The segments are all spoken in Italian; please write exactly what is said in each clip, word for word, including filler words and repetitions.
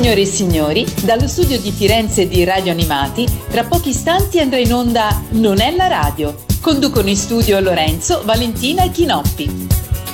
Signore e signori, dallo studio di Firenze di Radio Animati, tra pochi istanti andrà in onda Non è la radio. Conducono in studio Lorenzo, Valentina e Chinoppi.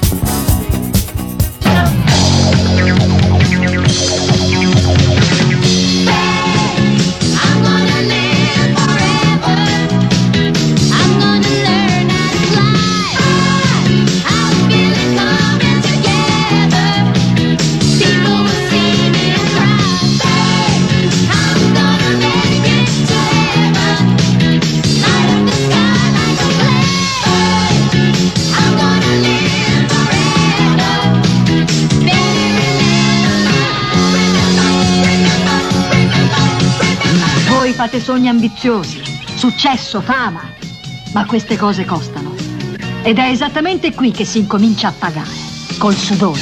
Fate sogni ambiziosi, successo, fama, ma queste cose costano. Ed è esattamente qui che si incomincia a pagare, col sudore.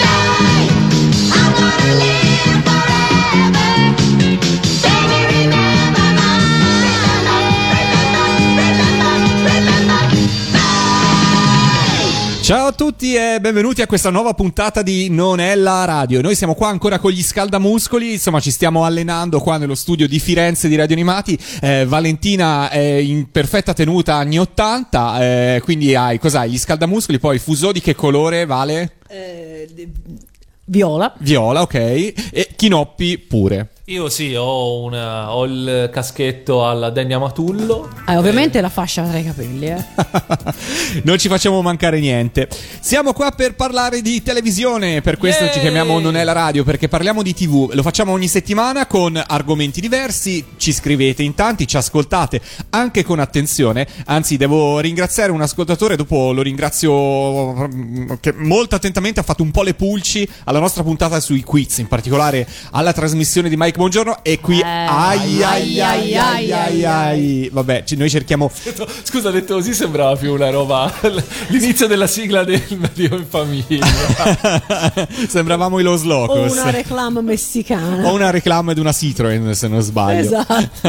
Ciao a tutti e benvenuti a questa nuova puntata di Non è la radio. Noi siamo qua ancora con gli scaldamuscoli, insomma ci stiamo allenando qua nello studio di Firenze di Radio Animati. eh, Valentina è in perfetta tenuta anni ottanta, eh, quindi hai, cos'hai? Gli scaldamuscoli, poi fuso di che colore, Vale? Eh, viola. Viola, ok. E Chinoppi pure. Io sì, ho, una, ho il caschetto alla Danny Amatullo. Eh, ovviamente eh. la fascia tra i capelli, eh. Non ci facciamo mancare niente. Siamo qua per parlare di televisione, per questo Yay! Ci chiamiamo Non è la radio, perché parliamo di tivù. Lo facciamo ogni settimana con argomenti diversi. Ci scrivete in tanti, ci ascoltate anche con attenzione. Anzi, devo ringraziare un ascoltatore, dopo lo ringrazio, che molto attentamente ha fatto un po' le pulci alla nostra puntata sui quiz, in particolare alla trasmissione di Mike Buongiorno. E qui eh, ai ai ai ai ai ai vabbè, noi cerchiamo. Scusa, detto così sembrava più una roba, l'inizio della sigla del Dio in famiglia. Sembravamo i Los Locos, o una reclama messicana, o una reclama di una Citroen, se non sbaglio. Esatto.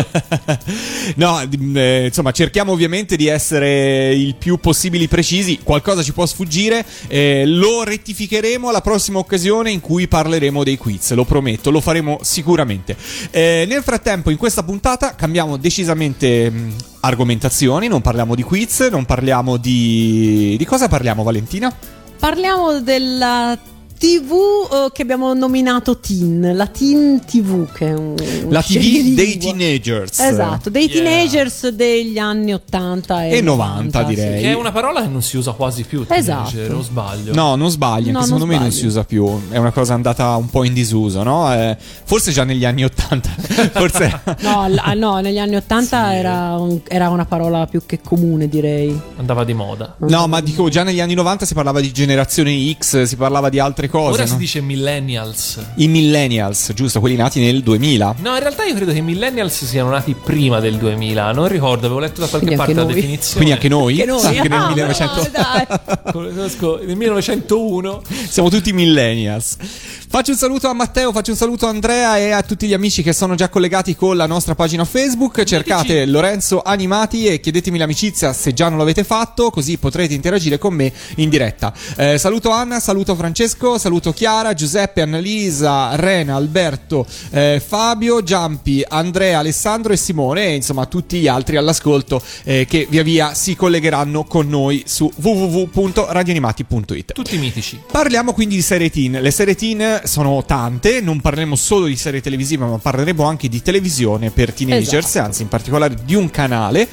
No, eh, insomma, cerchiamo ovviamente di essere il più possibili precisi. Qualcosa ci può sfuggire, eh, lo rettificheremo alla prossima occasione in cui parleremo dei quiz, lo prometto, lo faremo sicuramente. Eh, nel frattempo, in questa puntata cambiamo decisamente mh, argomentazioni, non parliamo di quiz, non parliamo di... Di cosa parliamo, Valentina? Parliamo della tivù uh, che abbiamo nominato Teen, la Teen tivù, che è un, un la tivù dei teenagers. Esatto, dei yeah. teenagers degli anni ottanta e, e novanta, direi. Che è una parola che non si usa quasi più, esatto. teenager, o sbaglio? No, non sbagli, anche no, secondo non me sbagli. non si usa più. È una cosa andata un po' in disuso, no? Eh, forse già negli anni ottanta. Forse no, l- no, negli anni ottanta sì. era, un, era una parola più che comune, direi. Andava di moda. No, ma dico, già negli anni novanta si parlava di generazione X, si parlava di altre cose. Ora no? si dice millennials. I millennials, giusto, quelli nati nel duemila. No, in realtà io credo che i millennials siano nati prima del duemila. Non ricordo, avevo letto da qualche Quindi parte la noi. definizione. Quindi anche noi? Anche noi. Anche nel Ah, millenovecento no, dai. Nel millenovecentouno siamo tutti millennials. Faccio un saluto a Matteo, faccio un saluto a Andrea e a tutti gli amici che sono già collegati con la nostra pagina Facebook. Cercate Lorenzo Animati e chiedetemi l'amicizia se già non l'avete fatto, così potrete interagire con me in diretta. Eh, saluto Anna, saluto Francesco, saluto Chiara, Giuseppe, Annalisa, Rena, Alberto, eh, Fabio, Giampi, Andrea, Alessandro e Simone, e insomma tutti gli altri all'ascolto eh, che via via si collegheranno con noi su w w w punto radioanimati punto it. Tutti mitici. Parliamo quindi di serie teen. Le serie teen sono tante, non parleremo solo di serie televisive, ma parleremo anche di televisione per teenagers, esatto. Anzi in particolare di un canale.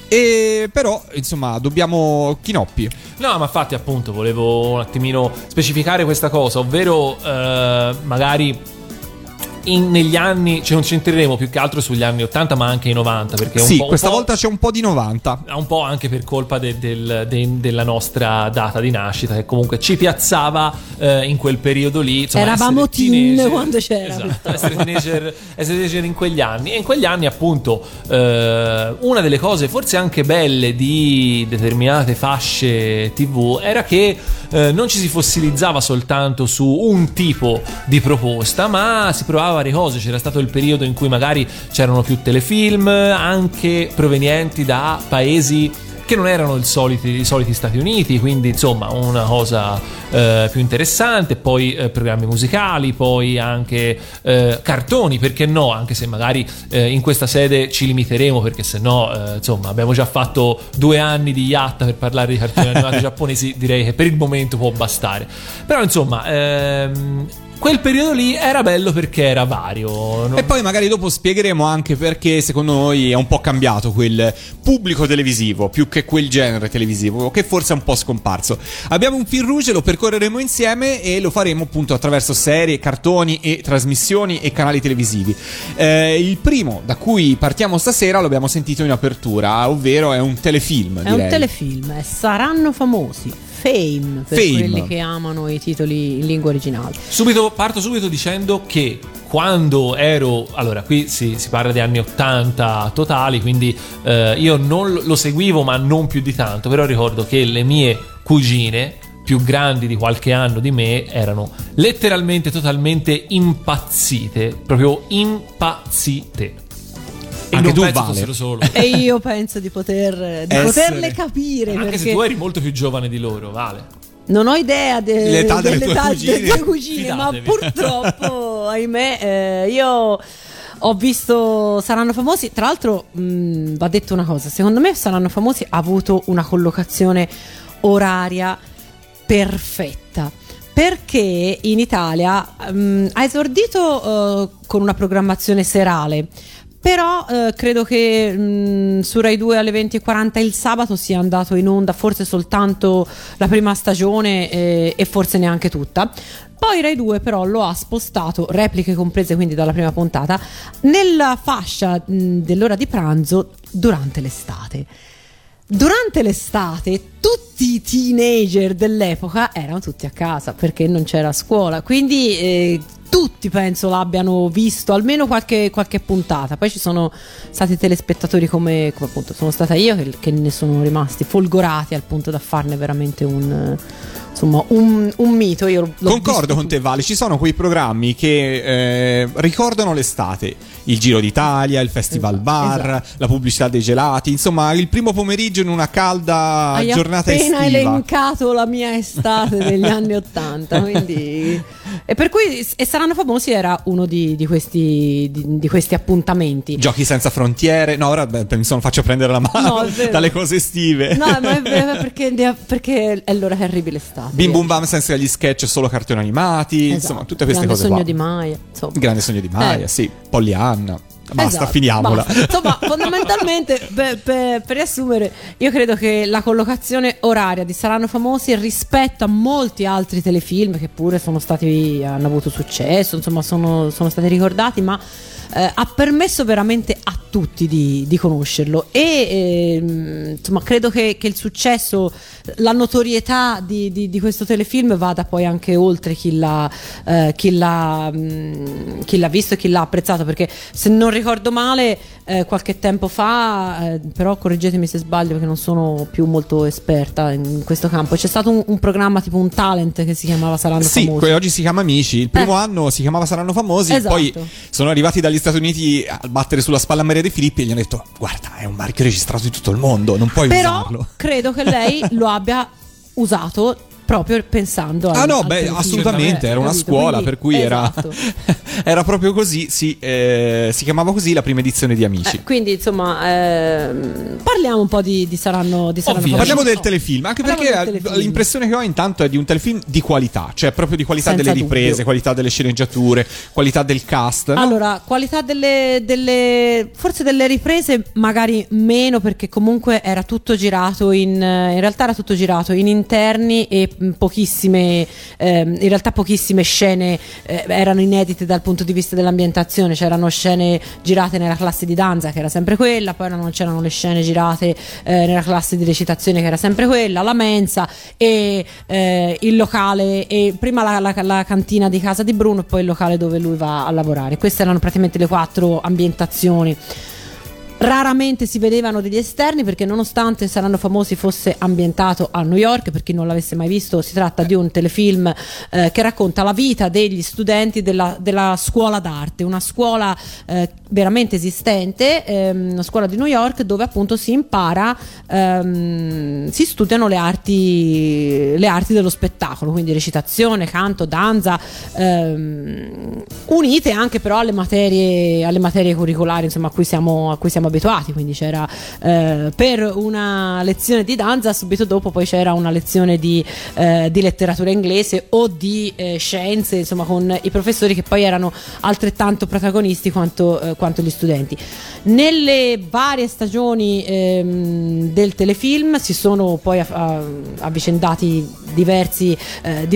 E però insomma dobbiamo Chinoppi. No, ma infatti appunto volevo un attimino specificare questa cosa, ovvero eh, magari in, negli anni, ci concentreremo più che altro sugli anni ottanta, ma anche i novanta, perché un sì, po', questa un po', volta c'è un po' di novanta, un po' anche per colpa de, del, de, della nostra data di nascita, che comunque ci piazzava eh, in quel periodo lì. Insomma, eravamo teen teenager, quando c'era, esatto, essere teenager, essere teenager in quegli anni. E in quegli anni appunto eh, una delle cose forse anche belle di determinate fasce tivù era che eh, non ci si fossilizzava soltanto su un tipo di proposta, ma si provava varie cose. C'era stato il periodo in cui magari c'erano più telefilm anche provenienti da paesi che non erano il soliti, i soliti Stati Uniti, quindi insomma una cosa eh, più interessante. Poi eh, programmi musicali, poi anche eh, cartoni, perché no, anche se magari eh, in questa sede ci limiteremo, perché se no eh, insomma abbiamo già fatto due anni di Yatta per parlare di cartoni animati giapponesi, direi che per il momento può bastare. Però insomma ehm, quel periodo lì era bello perché era vario, no? E poi magari dopo spiegheremo anche perché secondo noi è un po' cambiato quel pubblico televisivo più che quel genere televisivo che forse è un po' scomparso. Abbiamo un fil rouge, lo percorreremo insieme e lo faremo appunto attraverso serie, cartoni e trasmissioni e canali televisivi. Eh, il primo da cui partiamo stasera lo abbiamo sentito in apertura, ovvero è un telefilm. È direi. un telefilm, è Saranno famosi. Fame, per Fame. quelli che amano i titoli in lingua originale. Subito, parto subito dicendo che quando ero, allora qui si, si parla di anni ottanta totali, quindi eh, io non lo seguivo ma non più di tanto, però ricordo che le mie cugine più grandi di qualche anno di me erano letteralmente totalmente impazzite, proprio impazzite. E Anche non tu, penso Vale. fossero solo. E io penso di, poter, di Essere. poterle capire. Anche perché se tu eri molto più giovane di loro, Vale. non ho idea de- L'età delle tue dell'età cugine. delle tue cugine, ma Fidatevi. purtroppo, ahimè, eh, io ho visto Saranno famosi. Tra l'altro, mh, va detto una cosa: secondo me Saranno famosi ha avuto una collocazione oraria perfetta, perché in Italia mh, ha esordito uh, con una programmazione serale. Però eh, credo che mh, su Rai due alle venti e quaranta il sabato sia andato in onda forse soltanto la prima stagione eh, e forse neanche tutta. Poi Rai due però lo ha spostato, repliche comprese quindi dalla prima puntata, nella fascia mh, dell'ora di pranzo durante l'estate. Durante l'estate tutti i teenager dell'epoca erano tutti a casa perché non c'era scuola, quindi eh, tutti penso l'abbiano visto almeno qualche, qualche puntata. Poi ci sono stati telespettatori come, come appunto sono stata io che, che ne sono rimasti folgorati al punto da farne veramente un, insomma, un, un mito. Io l'ho Concordo visto con te, Vale. Ci sono quei programmi che eh, ricordano l'estate, il Giro d'Italia, il Festival Esatto, Bar, esatto. la pubblicità dei gelati, insomma il primo pomeriggio in una calda Hai giornata appena estiva. elencato la mia estate degli anni ottanta, quindi e per cui e Saranno famosi era uno di, di questi di, di questi appuntamenti. Giochi senza frontiere. No, ora beh, mi sono faccio prendere la mano No, è vero. dalle cose estive. No, ma è vero, perché, perché è l'ora che arrivi l'estate. Bim Bum Bam senza gli sketch, solo cartoni animati, Esatto. insomma tutte queste Grande cose sogno qua. di Maya, insomma. Il grande sogno di Maya, Eh. sì, Pollyanna. Basta, Esatto, finiamola. basta. Insomma, fondamentalmente, per, per, per riassumere, io credo che la collocazione oraria di Saranno famosi rispetto a molti altri telefilm che pure sono stati, hanno avuto successo, insomma, sono, sono stati ricordati, ma eh, ha permesso veramente a tutti di, di conoscerlo. E ehm, insomma, credo che, che il successo, la notorietà di, di, di questo telefilm vada poi anche oltre chi l'ha, eh, chi l'ha, mh, chi l'ha visto e chi l'ha apprezzato, perché se non ricordo male eh, qualche tempo fa, eh, però correggetemi se sbaglio perché non sono più molto esperta in questo campo, c'è stato un, un programma tipo un talent che si chiamava Saranno Sì, famosi. que- oggi si chiama Amici. Il primo Eh. anno si chiamava Saranno famosi. Esatto. Poi sono arrivati dagli Stati Uniti a battere sulla spalla Maria De Filippi e gli hanno detto: guarda, è un marchio registrato in tutto il mondo, non puoi Però usarlo. credo che lei lo abbia usato proprio pensando Ah al- no, al beh, telefilm. assolutamente, Eh, era una capito? scuola, Quindi- per cui era, esatto. era proprio così, sì, eh, si chiamava così la prima edizione di Amici. Eh, quindi insomma ehm, parliamo un po' di, di Saranno di Saranno Ovvio. famosi. Parliamo del No. telefilm, anche Parliamo perché del telefilm. l'impressione che ho intanto è di un telefilm di qualità, cioè proprio di qualità Senza delle riprese, dubbio. qualità delle sceneggiature, qualità del cast. no? Allora, qualità delle, delle forse delle riprese magari meno, perché comunque era tutto girato in in realtà era tutto girato in interni e mh, pochissime ehm, in realtà pochissime scene eh, erano inedite dal punto di vista dell'ambientazione. C'erano scene girate nella classe di danza che era sempre quella, poi erano, c'erano le scene girate eh, nella classe di recitazione che era sempre quella, la mensa e eh, il locale, e prima la, la, la cantina di casa di Bruno e poi il locale dove lui va a lavorare. Queste erano praticamente le quattro ambientazioni. raramente si vedevano degli esterni, perché nonostante Saranno Famosi fosse ambientato a New York, per chi non l'avesse mai visto, si tratta di un telefilm eh, che racconta la vita degli studenti della, della scuola d'arte, una scuola eh, veramente esistente, ehm, una scuola di New York dove appunto si impara, ehm, si studiano le arti, le arti dello spettacolo, quindi recitazione, canto, danza, ehm, unite anche però alle materie, alle materie curricolari, insomma, a cui siamo, a cui siamo abituati. Quindi c'era eh, per una lezione di danza, subito dopo poi c'era una lezione di, eh, di letteratura inglese o di eh, scienze, insomma, con i professori che poi erano altrettanto protagonisti quanto, eh, quanto gli studenti. Nelle varie stagioni ehm, del telefilm si sono poi a, a, avvicendati diversi, eh,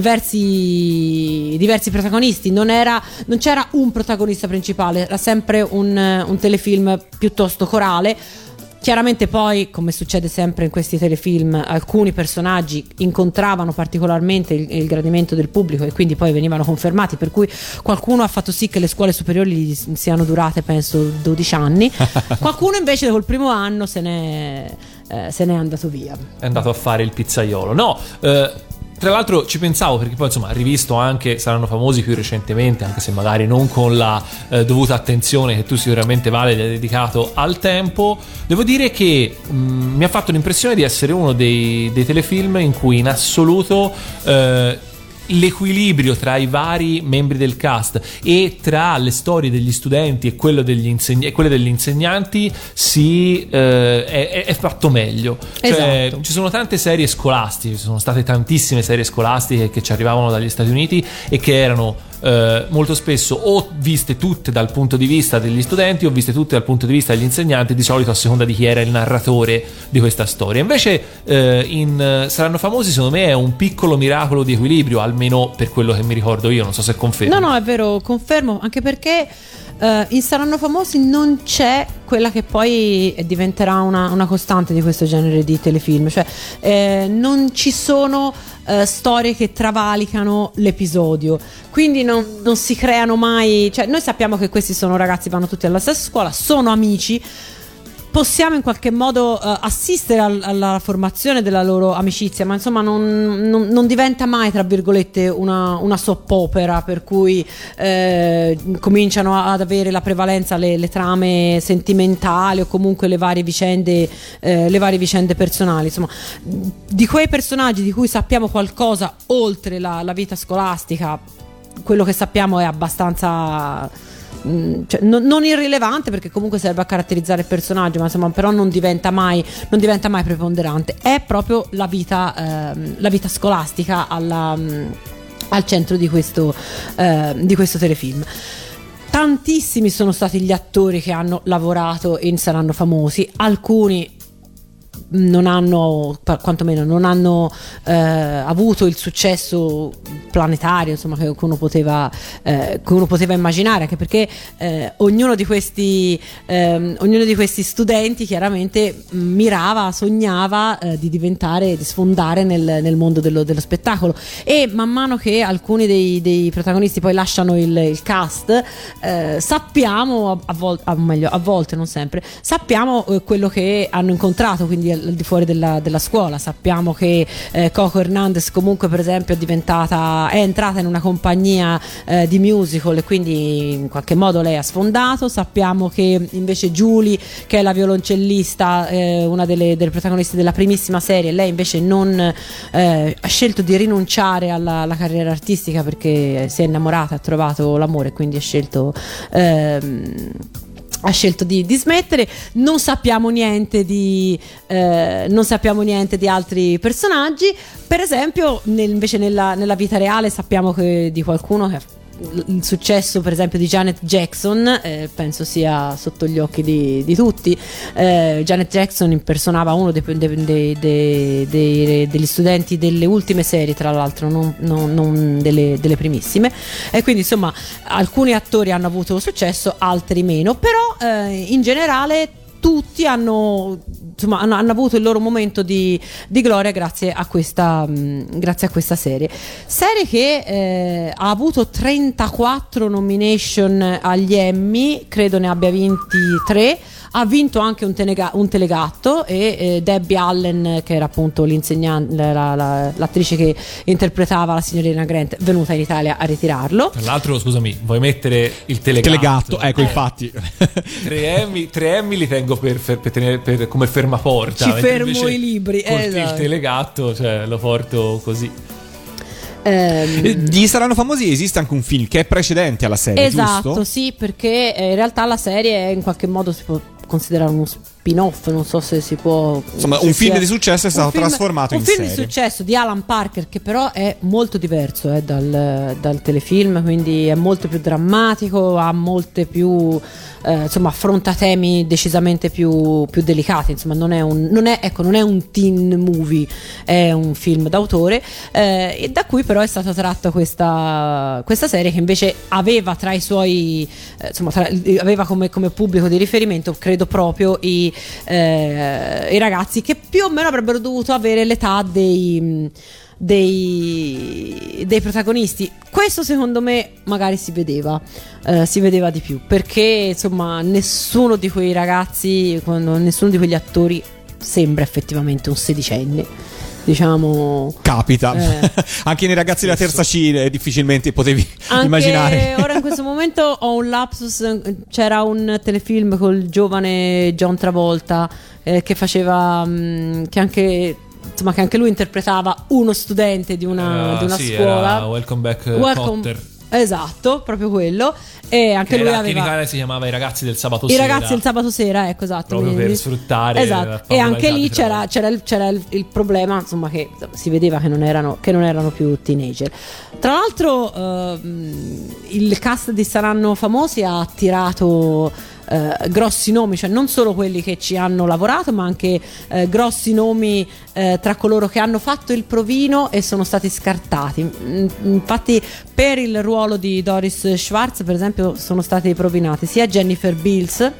diversi, diversi protagonisti. Non era, non c'era un protagonista principale, era sempre un, un telefilm piuttosto corale. Chiaramente poi, come succede sempre in questi telefilm, alcuni personaggi incontravano particolarmente il, il gradimento del pubblico e quindi poi venivano confermati, per cui qualcuno ha fatto sì che le scuole superiori siano durate penso dodici anni, qualcuno invece col primo anno se n'è, eh, se n'è andato via, è andato a fare il pizzaiolo. No, eh tra l'altro ci pensavo, perché poi insomma rivisto anche Saranno Famosi più recentemente, anche se magari non con la eh, dovuta attenzione che tu sicuramente, Vale, gli hai dedicato al tempo. Devo dire che mh, mi ha fatto l'impressione di essere uno dei, dei telefilm in cui in assoluto eh, l'equilibrio tra i vari membri del cast e tra le storie degli studenti e, quello degli insegn- e quelle degli insegnanti si eh, è, è fatto meglio. Cioè, esatto. Ci sono tante serie scolastiche, ci sono state tantissime serie scolastiche che ci arrivavano dagli Stati Uniti e che erano eh, molto spesso o viste tutte dal punto di vista degli studenti o viste tutte dal punto di vista degli insegnanti, di solito a seconda di chi era il narratore di questa storia. Invece eh, in Saranno Famosi secondo me è un piccolo miracolo di equilibrio, almeno per quello che mi ricordo io, non so se confermo. No, no, è vero, confermo, anche perché uh, in Saranno Famosi non c'è quella che poi diventerà una, una costante di questo genere di telefilm, cioè eh, non ci sono uh, storie che travalicano l'episodio, quindi non, non si creano mai, cioè noi sappiamo che questi sono ragazzi, vanno tutti alla stessa scuola, sono amici, possiamo in qualche modo uh, assistere al, alla formazione della loro amicizia, ma insomma non, non, non diventa mai, tra virgolette, una, una soap opera per cui eh, cominciano ad avere la prevalenza le, le trame sentimentali o comunque le varie vicende, eh, le varie vicende personali. Insomma, di quei personaggi di cui sappiamo qualcosa oltre la, la vita scolastica, quello che sappiamo è abbastanza... Cioè, non, non irrilevante, perché comunque serve a caratterizzare il personaggio, ma insomma però non diventa mai, non diventa mai preponderante. È proprio la vita, ehm, la vita scolastica alla, um, al centro di questo, eh, di questo telefilm. Tantissimi sono stati gli attori che hanno lavorato in Saranno Famosi, alcuni non hanno, quantomeno non hanno eh, avuto il successo planetario, insomma, che uno poteva, eh, che uno poteva immaginare, anche perché eh, ognuno di questi eh, ognuno di questi studenti chiaramente mirava, sognava eh, di diventare, di sfondare nel, nel mondo dello, dello spettacolo, e man mano che alcuni dei, dei protagonisti poi lasciano il, il cast, eh, sappiamo a, a volte, a, meglio, a volte non sempre, sappiamo eh, quello che hanno incontrato, quindi al di fuori della, della scuola. Sappiamo che eh, Coco Hernandez comunque, per esempio, è diventata, è entrata in una compagnia eh, di musical e quindi in qualche modo lei ha sfondato. Sappiamo che invece Julie, che è la violoncellista, eh, una delle, delle protagoniste della primissima serie, lei invece non eh, ha scelto di rinunciare alla, alla carriera artistica perché si è innamorata, ha trovato l'amore, quindi ha scelto ehm, ha scelto di, di smettere. Non sappiamo niente di eh, non sappiamo niente di altri personaggi. Per esempio nel, invece nella, nella vita reale sappiamo che di qualcuno che il successo, per esempio, di Janet Jackson, eh, penso sia sotto gli occhi di, di tutti. eh, Janet Jackson impersonava uno dei, dei, dei, dei, dei, degli studenti delle ultime serie, tra l'altro non, non, non delle, delle primissime, e quindi insomma alcuni attori hanno avuto successo, altri meno, però eh, in generale tutti hanno, insomma, hanno, hanno avuto il loro momento di, di gloria grazie a questa mh, grazie a questa serie serie che eh, ha avuto trentaquattro nomination agli Emmy, credo ne abbia vinti tre, ha vinto anche un, telega- un telegatto e eh, Debbie Allen, che era appunto l'insegnante, la, la, l'attrice che interpretava la signorina Grant, è venuta in Italia a ritirarlo. Tra l'altro, scusami, vuoi mettere il telegatto? Telegatto, ecco, Eh. infatti. Tre Emmy, tre Emmy li tengo per, per, per tenere per, come fermaporta. Ci mentre fermo invece i libri, col- esatto. Il telegatto, cioè, lo porto così. Ehm, Eh, Gli saranno famosi, esiste anche un film che è precedente alla serie, Esatto, giusto? sì, perché eh, in realtà la serie in qualche modo si può considerare uno spin-off, non so se si può. Insomma, se un sia- film di successo è stato un film- trasformato un in film serie. di successo di Alan Parker, che però è molto diverso eh, dal, dal telefilm, quindi è molto più drammatico, ha molte più. Eh, insomma, affronta temi decisamente più, più delicati. Insomma, non è un, non è, ecco, non è un teen movie, è un film d'autore. Eh, e da cui però è stata tratta questa, questa serie, che invece aveva tra i suoi, eh, insomma, tra- aveva come, come pubblico di riferimento, credo, proprio i, eh, i ragazzi che più o meno avrebbero dovuto avere l'età dei. Dei, dei protagonisti. Questo secondo me magari si vedeva eh, si vedeva di più, perché insomma nessuno di quei ragazzi, quando, nessuno di quegli attori sembra effettivamente un sedicenne, diciamo. Capita. Eh. Anche nei ragazzi della terza C difficilmente potevi Anche immaginare. ora in questo momento ho un lapsus. C'era un telefilm col giovane John Travolta eh, che faceva mh, che anche insomma che anche lui interpretava uno studente di una, Era- di una sì, scuola. era Welcome Back, eh, Welcome- Kotter. Esatto, proprio quello. E anche Che lui era- che in aveva Italia si chiamava I ragazzi del sabato i sera. ragazzi del sabato sera, ecco, esatto. Proprio mi- per mi- sfruttare la esatto. E anche popolarità lì di c'era, Travolta. c'era, il, c'era il, il problema, insomma, che insomma, si vedeva che non erano, che non erano più teenager. Tra l'altro, ehm, il cast di Saranno Famosi ha attirato eh, grossi nomi, cioè non solo quelli che ci hanno lavorato, ma anche eh, grossi nomi eh, tra coloro che hanno fatto il provino e sono stati scartati. Mm, Infatti, per il ruolo di Doris Schwartz, per esempio, sono stati provinati sia Jennifer Beals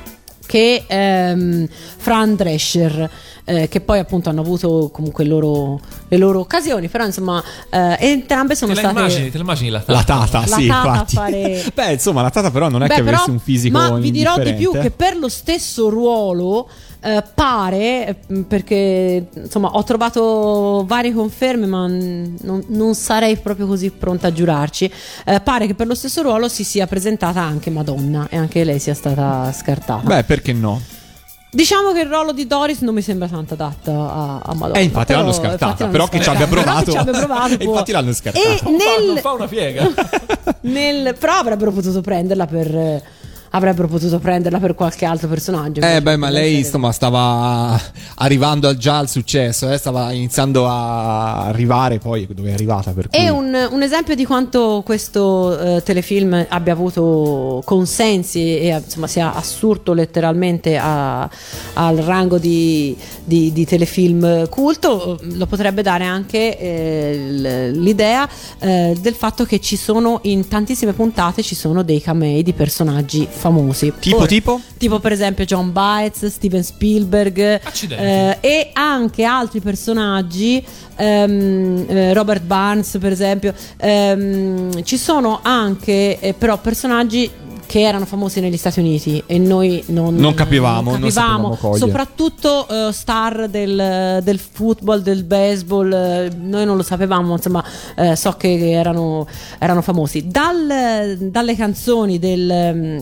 che ehm, Fran Drescher, eh, che poi appunto hanno avuto comunque il loro, le loro occasioni, però insomma eh, entrambe sono Te la state. immagini, te la immagini la La tata? Tata, La sì, Tata infatti. a fare- Beh, insomma, la Tata però non è Beh, che però- avesse un fisico ma vi dirò di più indifferente. che per lo stesso ruolo eh, pare, eh, perché insomma ho trovato varie conferme, ma n- non, non sarei proprio così pronta a giurarci, eh, pare che per lo stesso ruolo si sia presentata anche Madonna e anche lei sia stata scartata. Beh, perché no? Diciamo che il ruolo di Doris non mi sembra tanto adatta a, a Madonna. E infatti però- l'hanno scartata, infatti l'hanno però che ci abbia scartata. Però provato. che ci abbia provato E può- infatti l'hanno scartata. E Non fa- non nel, fa una piega. nel- però avrebbero potuto prenderla per eh, avrebbero potuto prenderla per qualche altro personaggio. Eh invece beh, ma poteva lei essere- insomma stava arrivando al- già al successo, eh? Stava iniziando a arrivare poi dove è arrivata. Per cui... È un, un esempio di quanto questo eh, telefilm abbia avuto consensi e insomma sia assurto letteralmente a- al rango di, di- di telefilm culto. Lo potrebbe dare anche eh, l- l'idea eh, del fatto che ci sono in tantissime puntate ci sono dei camei di personaggi famosi. Tipo, Ora, tipo? tipo per esempio John Baez, Steven Spielberg, Accidenti. eh, e anche altri personaggi, ehm, eh, Robert Barnes per esempio. Ehm, ci sono anche eh, però personaggi che erano famosi negli Stati Uniti e noi non, Non capivamo, non non sapevamo capivamo. cogliere. Soprattutto eh, star del, del football, del baseball, eh, noi non lo sapevamo, insomma eh, so che erano, erano famosi. Dal- dalle canzoni del...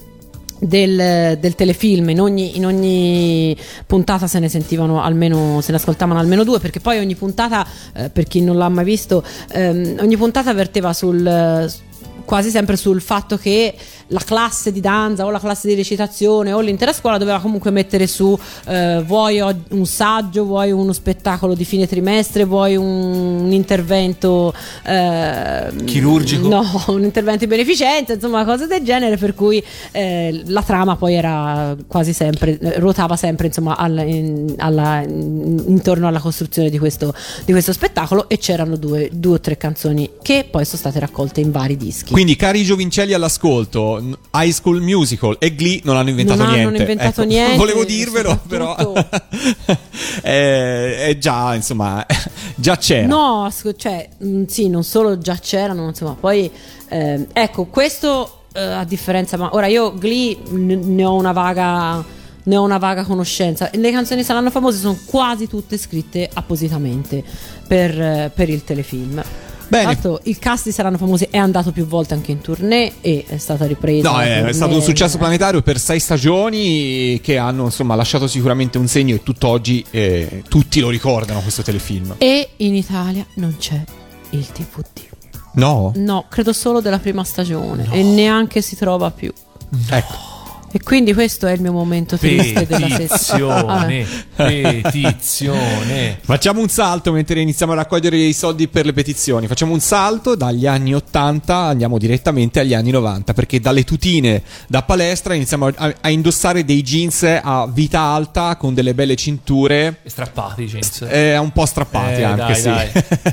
Del, del telefilm in ogni, in ogni puntata se ne sentivano almeno, se ne ascoltavano almeno due, perché poi ogni puntata, eh, per chi non l'ha mai visto, ehm, ogni puntata verteva sul quasi sempre sul fatto che la classe di danza o la classe di recitazione o l'intera scuola doveva comunque mettere su eh, vuoi o- un saggio, vuoi uno spettacolo di fine trimestre, vuoi un, un intervento eh, Chirurgico? no, un intervento di beneficenza, insomma cose del genere, per cui eh, la trama poi era quasi sempre eh, ruotava sempre insomma alla- in- alla- in- intorno alla costruzione di questo, di questo spettacolo, e c'erano due, due o tre canzoni che poi sono state raccolte in vari dischi. Quindi, cari giovincelli all'ascolto, n- High School Musical e Glee non hanno inventato Non hanno niente. inventato Ecco, niente, volevo dirvelo, però soprattutto- è, è già, insomma, già c'era. No, asco- cioè, mh, sì, non solo già c'erano, insomma, poi ehm, ecco, questo eh, a differenza, ma ora io Glee n- ne ho una vaga ne ho una vaga conoscenza. Le canzoni saranno famose sono quasi tutte scritte appositamente per, per il telefilm. Bene. Tra l'altro il cast di Saranno Famosi è andato più volte anche in tournée e è stata ripresa. No, è, è stato un successo planetario per sei stagioni che hanno insomma lasciato sicuramente un segno e tutt'oggi eh, tutti lo ricordano questo telefilm. E in Italia non c'è il D V D. No? No, credo solo della prima stagione, no. E neanche si trova più. No. Ecco. E quindi questo è il mio momento triste della petizione, petizione. Facciamo un salto mentre iniziamo a raccogliere i soldi per le petizioni. Facciamo un salto dagli anni ottanta, andiamo direttamente agli anni novanta, perché dalle tutine da palestra iniziamo a, a indossare dei jeans a vita alta con delle belle cinture. Strappati i jeans. Eh, un po' strappati eh, anche, dai, sì. Dai.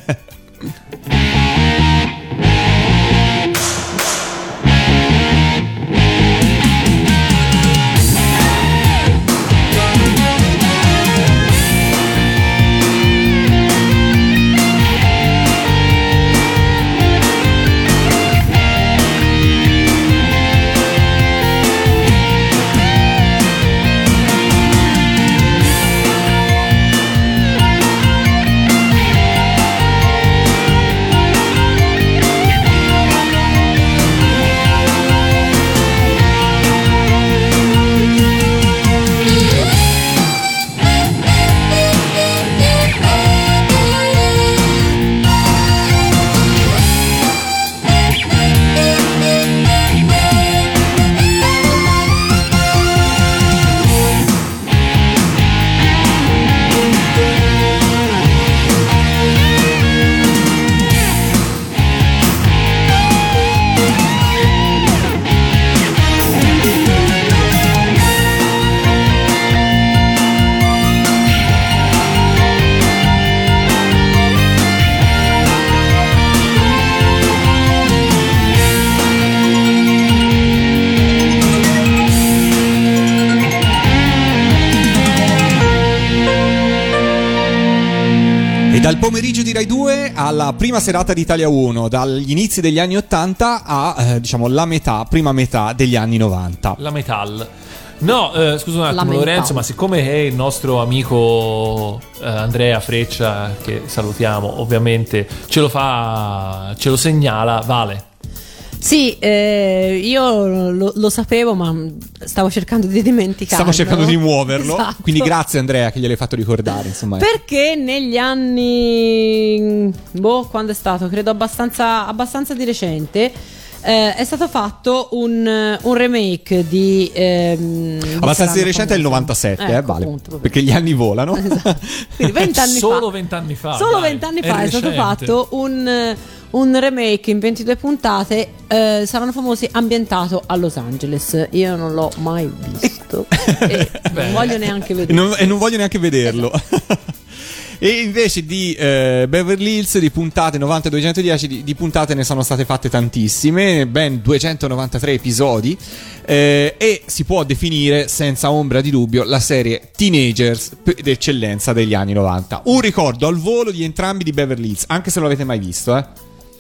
Dal pomeriggio di Rai due alla prima serata di Italia uno, dagli inizi degli anni ottanta a eh, diciamo la metà, prima metà degli anni novanta. La metal. No, eh, scusa un attimo Lamentavo. Lorenzo, ma siccome è il nostro amico eh, Andrea Freccia, che salutiamo ovviamente, ce lo fa, ce lo segnala, vale. Sì, eh, io lo, lo sapevo, ma stavo cercando di dimenticarlo. Stavo cercando di muoverlo, Esatto. Quindi grazie Andrea che gliel'hai fatto ricordare, insomma. Perché negli anni, boh, quando è stato? Credo abbastanza, abbastanza di recente. Eh, è stato fatto un, un remake di ehm, abbastanza di recente è il famosi. novantasette, Ecco, eh, vale, appunto, perché gli anni volano. Esatto. Quindi vent'anni Solo fa. vent'anni fa. Solo dai, vent'anni è fa è stato recente. fatto un, un remake in ventidue puntate. Eh, Saranno Famosi ambientato a Los Angeles. Io non l'ho mai visto e non voglio neanche E vederlo. non, e non voglio neanche vederlo. E invece di eh, Beverly Hills, di puntate novanta duecentodieci, di, di puntate ne sono state fatte tantissime, ben duecentonovantatré episodi, eh, e si può definire senza ombra di dubbio la serie Teenagers d'eccellenza degli anni novanta. Un ricordo al volo di entrambi di Beverly Hills, anche se non l'avete mai visto, eh.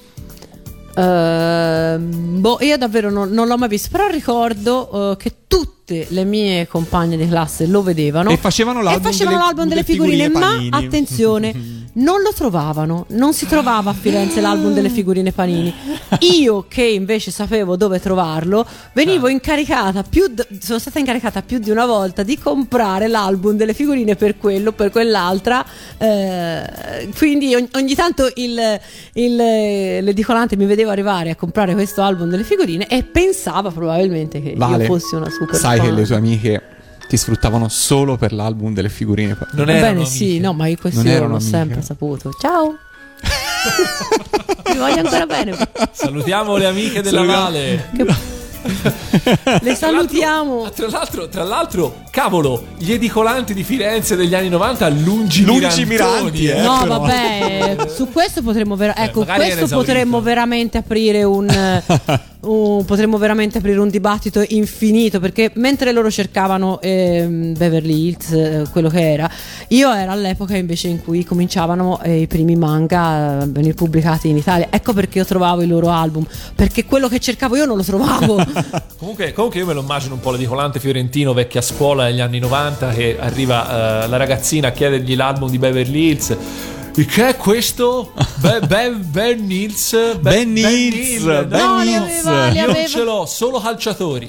Uh, boh, io davvero non, non l'ho mai visto, però ricordo uh, che tutte le mie compagne di classe lo vedevano E facevano l'album, e facevano delle, l'album delle delle figurine, Panini. ma attenzione, non lo trovavano, non si trovava a Firenze l'album delle figurine Panini. Io che invece sapevo dove trovarlo, venivo incaricata più d- sono stata incaricata più di una volta di comprare l'album delle figurine per quello, per quell'altra, eh, quindi ogni, ogni tanto il, il, l'edicolante mi vedeva arrivare a comprare questo album delle figurine e pensava probabilmente che Vale, io fossi una super sai fan. che le tue amiche ti sfruttavano solo per l'album delle figurine. Non Bene, erano sì, amiche. no, ma io questo Non io erano l'ho amiche. sempre saputo. Ciao. Vi voglio ancora bene. Salutiamo le amiche della Salutiamo. Vale. Che- Le salutiamo. Tra l'altro, tra l'altro, cavolo, gli edicolanti di Firenze degli anni novanta lungimiranti, Lungimiranti, eh. No, però. vabbè, su questo potremmo vera- ecco, magari era questo esaurito. potremmo veramente aprire un uh, potremmo veramente aprire un dibattito infinito, perché mentre loro cercavano eh, Beverly Hills, eh, quello che era, io ero all'epoca invece in cui cominciavano eh, i primi manga a venire pubblicati in Italia. Ecco perché io trovavo i loro album, perché quello che cercavo io non lo trovavo. comunque, comunque io me lo immagino un po' l'edicolante fiorentino vecchia scuola negli anni novanta, che arriva uh, la ragazzina a chiedergli l'album di Beverly Hills. E che è questo? Be- Be- Ben Nils Be- Ben Nils Nils. Ben No, li Nils. aveva, li Io non aveva. ce l'ho, solo calciatori.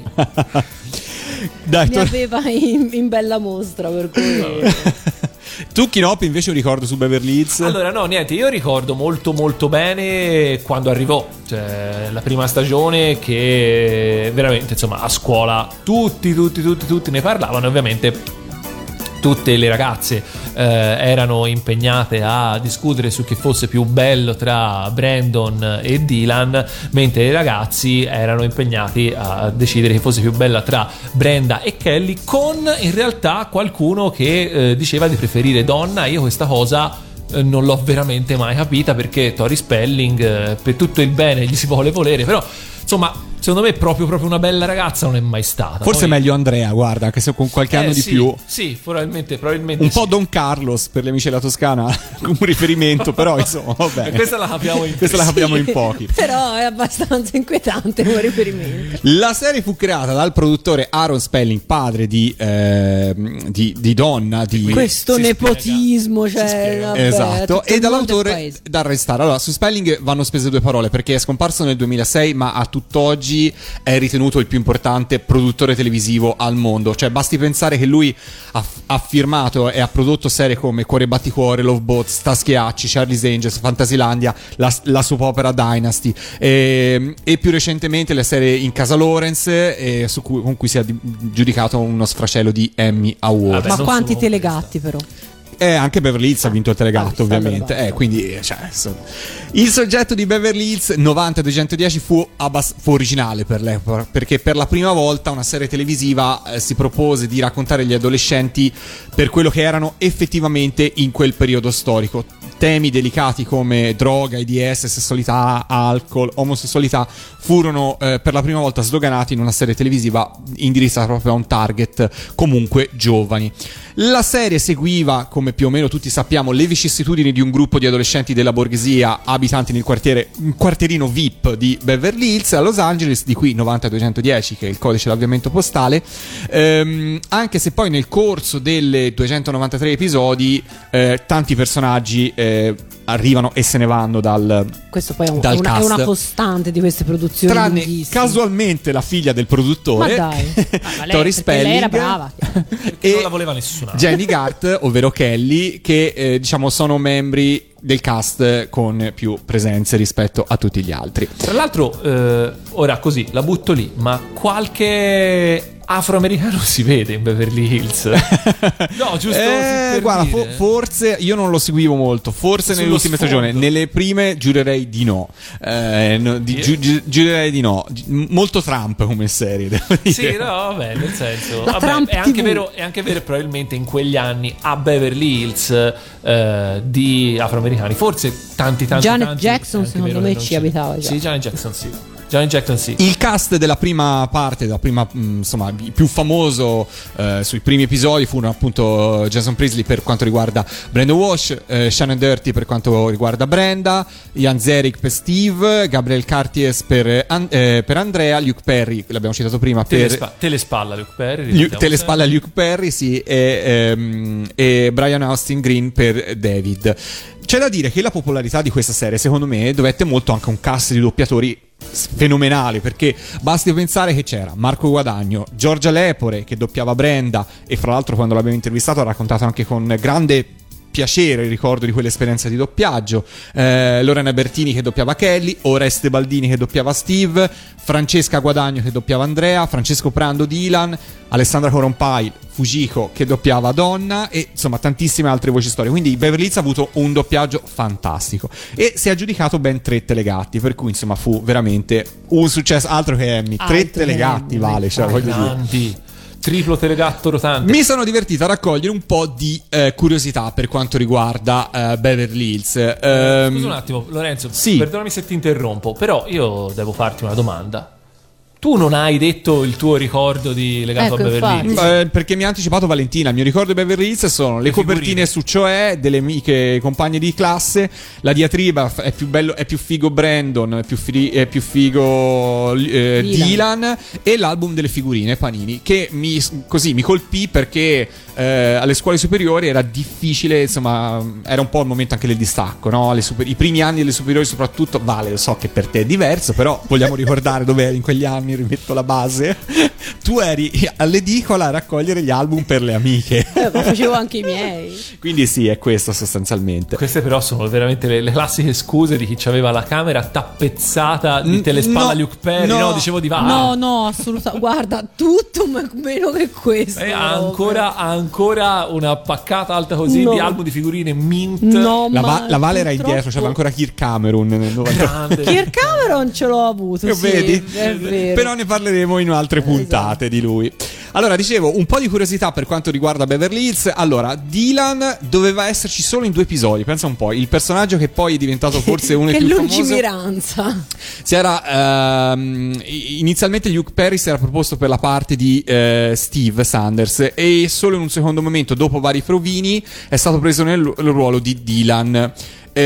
Dai, Li tor- aveva in, in bella mostra, per cui tu Chinoppi invece un ricordo su Beverly Hills? Allora, no, niente, io ricordo molto molto bene quando arrivò, cioè la prima stagione, che veramente, insomma, a scuola tutti, tutti, tutti, tutti ne parlavano, ovviamente tutte le ragazze eh, erano impegnate a discutere su chi fosse più bello tra Brandon e Dylan, mentre i ragazzi erano impegnati a decidere chi fosse più bella tra Brenda e Kelly, con in realtà qualcuno che eh, diceva di preferire Donna. Io questa cosa eh, non l'ho veramente mai capita, perché Tori Spelling, eh, per tutto il bene gli si vuole volere, però insomma secondo me proprio proprio una bella ragazza non è mai stata. Forse Poi, meglio Andrea, guarda, anche se con qualche eh, anno di sì, più. Sì, probabilmente, probabilmente Un sì. po' Don Carlos per gli amici della Toscana, un riferimento, però insomma, vabbè. Questa la capiamo in Questa la capiamo in Sì, pochi. però è abbastanza inquietante come riferimento. La serie fu creata dal produttore Aaron Spelling, padre di, eh, di, di Donna, di Questo si nepotismo, spiega, si cioè, spiega. vabbè, esatto, tutto e il mondo del dall'autore paese. da arrestare. Allora, su Spelling vanno spese due parole, perché è scomparso nel duemilasei, ma a tutt'oggi è ritenuto il più importante produttore televisivo al mondo. Cioè, basti pensare che lui ha, ha firmato e ha prodotto serie come Cuore Batticuore, Love Boat, Staschiacci, Charlie's Angels, Fantasilandia, la, la soap opera Dynasty, e, e più recentemente le serie In Casa Lawrence, e su cui, con cui si è di- giudicato uno sfracello di Emmy Award. Vabbè, Ma non quanti solo telegatti però? Eh, anche Beverly Hills ha vinto il Ah, telegatto, sta ovviamente. bene, Eh, quindi, cioè, insomma. Il soggetto di Beverly Hills novanta duecentodieci fu, abbas- fu originale per l'epoca, perché per la prima volta una serie televisiva eh, si propose di raccontare gli adolescenti per quello che erano effettivamente in quel periodo storico. Temi delicati come droga, AIDS, sessualità, alcol, omosessualità furono eh, per la prima volta sdoganati in una serie televisiva indirizzata proprio a un target comunque giovani. La serie seguiva, come più o meno tutti sappiamo, le vicissitudini di un gruppo di adolescenti della borghesia abitanti nel quartiere, un quartierino V I P di Beverly Hills a Los Angeles, di qui novanta duecentodieci, che è il codice d'avviamento postale, ehm, anche se poi nel corso delle duecentonovantatré episodi eh, tanti personaggi eh, arrivano e se ne vanno dal Questo poi è, un- dal è una, è cast. una costante di queste produzioni Tranne lunghissime. casualmente la figlia del produttore, Ma dai. Ah, ma lei- Tori perché Spelling, lei era brava. Perché non la voleva nessun altro. Jenny Gart, ovvero Kelly, che eh, diciamo sono membri del cast con più presenze rispetto a tutti gli altri. Tra l'altro, eh, ora così la butto lì, ma qualche afroamericano si vede in Beverly Hills? No, giusto Eh, per guarda, dire. fo- forse io non lo seguivo molto. Forse Sullo nelle ultime sfondo. stagioni, nelle prime giurerei di no. Eh, no, di- giu- giu- giurerei di no. Gi- Molto Trump come serie, devo dire. Sì, no, vabbè, nel senso, La vabbè, Trump è anche tivù. vero, è anche vero probabilmente in quegli anni a Beverly Hills eh, di afroamericani, forse tanti tanti Janet tanti, Jackson, è anche secondo vero me che non ci c'è. abitava già. Sì, Janet Jackson sì. Janet Jackson sì. Il cast della prima parte, della prima, mh, insomma, il più famoso eh, sui primi episodi furono appunto Jason Priestley per quanto riguarda Brandon Walsh, eh, Shannon Doherty per quanto riguarda Brenda, Ian Ziering per Steve, Gabriel Carties per, An- eh, per Andrea, Luke Perry, l'abbiamo citato prima, per Telespa- telespalla Luke Perry. Lu- ricordiamo telespalle a sempre. Luke Perry, sì, e, ehm, e Brian Austin Green per David. C'è da dire che la popolarità di questa serie, secondo me, dovette molto anche a un cast di doppiatori fenomenale, perché basti pensare che c'era Marco Guadagno, Giorgia Lepore che doppiava Brenda, e fra l'altro quando l'abbiamo intervistato ha raccontato anche con grande piacere il ricordo di quell'esperienza di doppiaggio, eh, Lorena Bertini che doppiava Kelly, Oreste Baldini che doppiava Steve, Francesca Guadagno che doppiava Andrea, Francesco Prando Dylan, Alessandra Coronpai Fujiko che doppiava Donna, e insomma tantissime altre voci storie. Quindi Beverly Hills ha avuto un doppiaggio fantastico e si è aggiudicato ben tre telegatti, per cui insomma fu veramente un successo, altro che Emmy. Altro Tre che telegatti, Emmy, vale, cioè, voglio dire. Grandi. Triplo telegatto rotante. Mi sono divertito a raccogliere un po' di eh, curiosità per quanto riguarda eh, Beverly Hills. Ehm, Scusa un attimo, Lorenzo, sì. perdonami se ti interrompo, però io devo farti una domanda. tu non hai detto il tuo ricordo di legato Ecco, a Beverly Hills. Eh, perché mi ha anticipato Valentina. Il mio ricordo di Beverly Hills sono le, Le copertine figurine. su Cioè delle amiche compagne di classe. La diatriba è più bello, è più figo Brandon, è più, fi- è più figo eh, Dylan. Dylan, e l'album delle figurine Panini, che mi, così mi colpì perché eh, alle scuole superiori era difficile, insomma, era un po' il momento anche del distacco, no? Le super- I primi anni delle superiori soprattutto. Vale, lo so che per te è diverso, però vogliamo ricordare dove eri in quegli anni. Rimetto la base. Tu eri all'edicola a raccogliere gli album per le amiche. Eh, ma facevo anche i miei. Quindi sì, è questo sostanzialmente. Queste però sono veramente le, le classiche scuse di chi aveva la camera tappezzata di telespalla no, Luke Perry. No, no. dicevo di va. No, no, assolutamente. Guarda, tutto ma meno che questo. E ha ancora, ha ancora una paccata alta così No. di album di figurine mint. No, La, ma Va- la Vale era purtroppo- indietro, c'aveva ancora Kirk Cameron nel novanta. Grande. Kirk Cameron ce l'ho avuto, Lo sì, vedi? è vero. Però ne parleremo in altre puntate di lui. Allora, dicevo, un po' di curiosità per quanto riguarda Beverly Hills. Allora, Dylan doveva esserci solo in due episodi. Pensa un po', il personaggio che poi è diventato forse uno dei che più famosi. lungimiranza. Si era ehm, inizialmente Luke Perry si era proposto per la parte di eh, Steve Sanders, e solo in un secondo momento, dopo vari provini, è stato preso nel, nel ruolo di Dylan.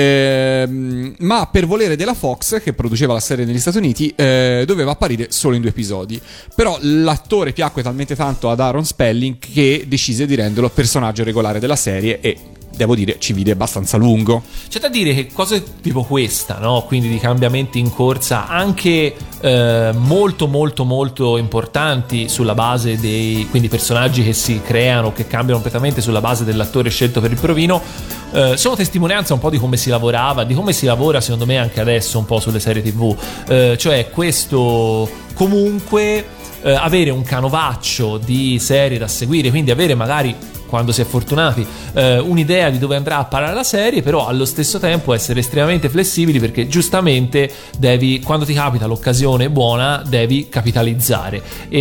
Ehm, ma per volere della Fox, che produceva la serie negli Stati Uniti, eh, doveva apparire solo in due episodi. Però l'attore piacque talmente tanto ad Aaron Spelling che decise di renderlo personaggio regolare della serie, e devo dire ci vide abbastanza lungo. C'è da dire che cose tipo questa, no? Quindi di cambiamenti in corsa, anche eh, molto molto molto importanti sulla base dei quindi personaggi che si creano, che cambiano completamente sulla base dell'attore scelto per il provino, eh, sono testimonianza un po' di come si lavorava, di come si lavora secondo me anche adesso un po' sulle serie tivù, eh, cioè questo comunque eh, avere un canovaccio di serie da seguire, quindi avere magari, quando si è fortunati, eh, un'idea di dove andrà a parare la serie, però allo stesso tempo essere estremamente flessibili, perché giustamente devi, quando ti capita l'occasione buona, devi capitalizzare,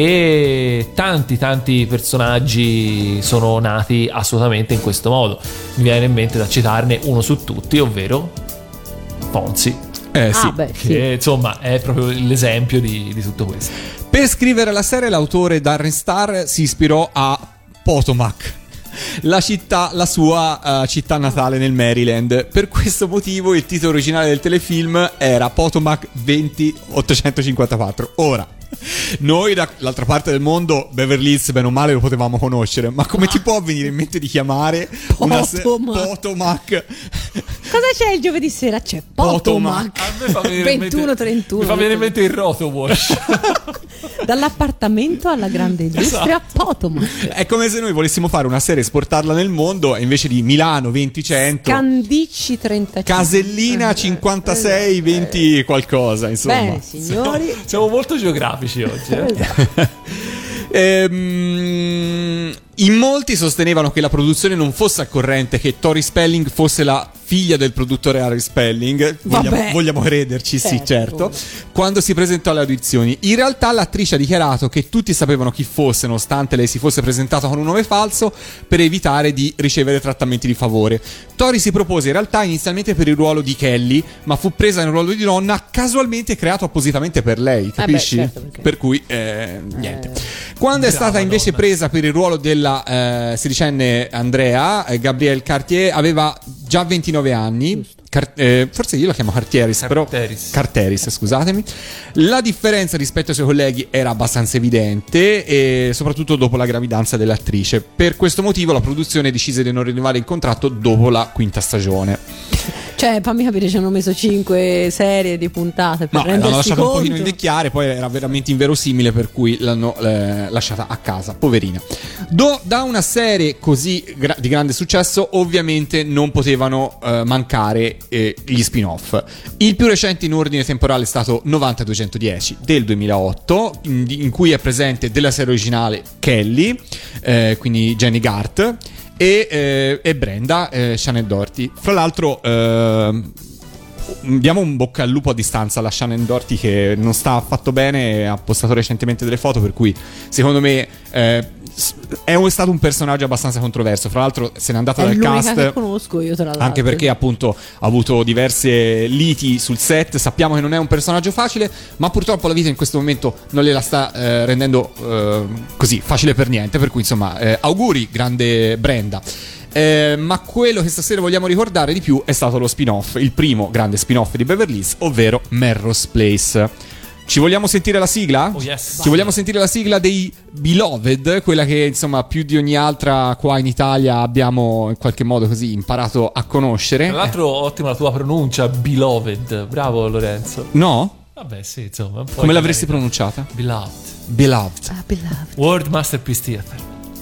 e tanti tanti personaggi sono nati assolutamente in questo modo. Mi viene in mente da citarne uno su tutti, ovvero Fonzie, Eh sì. Ah, beh, che sì. insomma è proprio l'esempio di, di tutto questo. Per scrivere la serie l'autore Darren Star si ispirò a Potomac, la città, la sua uh, città natale nel Maryland. Per questo motivo il titolo originale del telefilm era Potomac venti ottocentocinquantaquattro. Ora, noi dall'altra parte del mondo Beverly Hills bene o male lo potevamo conoscere, ma come ti può venire in mente di chiamare una se- Potomac. Potomac? Cosa c'è il giovedì sera? C'è Potomac. A me fa venire in mente- ventuno trentuno. mi fa venire in mente il Roto Wash. Dall'appartamento alla grande industria, Potomac. È come se noi volessimo fare una serie e esportarla nel mondo, e invece di Milano venti cento, Candicci trentacinque. Casellina cinquantasei venti qualcosa, insomma. Bene, signori. Siamo molto geografici oggi, eh? Ehm, in molti sostenevano che la produzione non fosse al corrente che Tori Spelling fosse la figlia del produttore Harry Spelling. Vogliamo, Vabbè. vogliamo crederci, sì, Certo. certo. Quando si presentò alle audizioni, in realtà l'attrice ha dichiarato che tutti sapevano chi fosse, nonostante lei si fosse presentata con un nome falso per evitare di ricevere trattamenti di favore. Tori si propose in realtà inizialmente per il ruolo di Kelly, ma fu presa nel ruolo di donna casualmente creato appositamente per lei, capisci? certo, perché- Per cui eh, niente. Quando è Brava stata invece donna. presa per il ruolo della eh, sedicenne Andrea, eh, Gabrielle Cartier aveva già ventinove anni. Car- eh, forse io la chiamo Cartieris, però Carteris. Carteris, scusatemi. La differenza rispetto ai suoi colleghi era abbastanza evidente, e soprattutto dopo la gravidanza dell'attrice. Per questo motivo la produzione decise di non rinnovare il contratto dopo la quinta stagione. Cioè, fammi capire, ci hanno messo cinque serie di puntate per No, l'hanno rendersi lasciata un conto. pochino invecchiare, poi era veramente inverosimile, per cui l'hanno eh, lasciata a casa, poverina. Do- da una serie così gra- di grande successo, ovviamente non potevano eh, mancare eh, gli spin-off. Il più recente in ordine temporale è stato novanta duecentodieci del duemilaotto, in, in cui è presente della serie originale Kelly, eh, quindi Jenny Garth, e, eh, e Brenda, eh, Shannon Doherty. Fra l'altro, eh, diamo un bocca al lupo a distanza alla Shannen Doherty, che non sta affatto bene, ha postato recentemente delle foto, per cui secondo me eh, è un- stato un personaggio abbastanza controverso. Fra l'altro se n'è andata È dal l'unica cast che conosco io, tra l'altro. anche perché appunto ha avuto diverse liti sul set. Sappiamo che non è un personaggio facile, ma purtroppo la vita in questo momento non gliela sta eh, rendendo eh, così facile per niente, per cui insomma eh, auguri grande Brenda. Eh, ma quello che stasera vogliamo ricordare di più è stato lo spin-off, il primo grande spin-off di Beverly Hills, ovvero Melrose Place. Ci vogliamo sentire la sigla? Oh, yes. Ci vogliamo sentire la sigla dei Beloved, quella che insomma più di ogni altra qua in Italia abbiamo in qualche modo così imparato a conoscere. Tra l'altro, ottima la tua pronuncia, Beloved. Bravo Lorenzo. No? Vabbè, sì, insomma. un po' Come l'avresti generica. pronunciata? Beloved. Beloved. Ah, beloved. World Masterpiece Theater.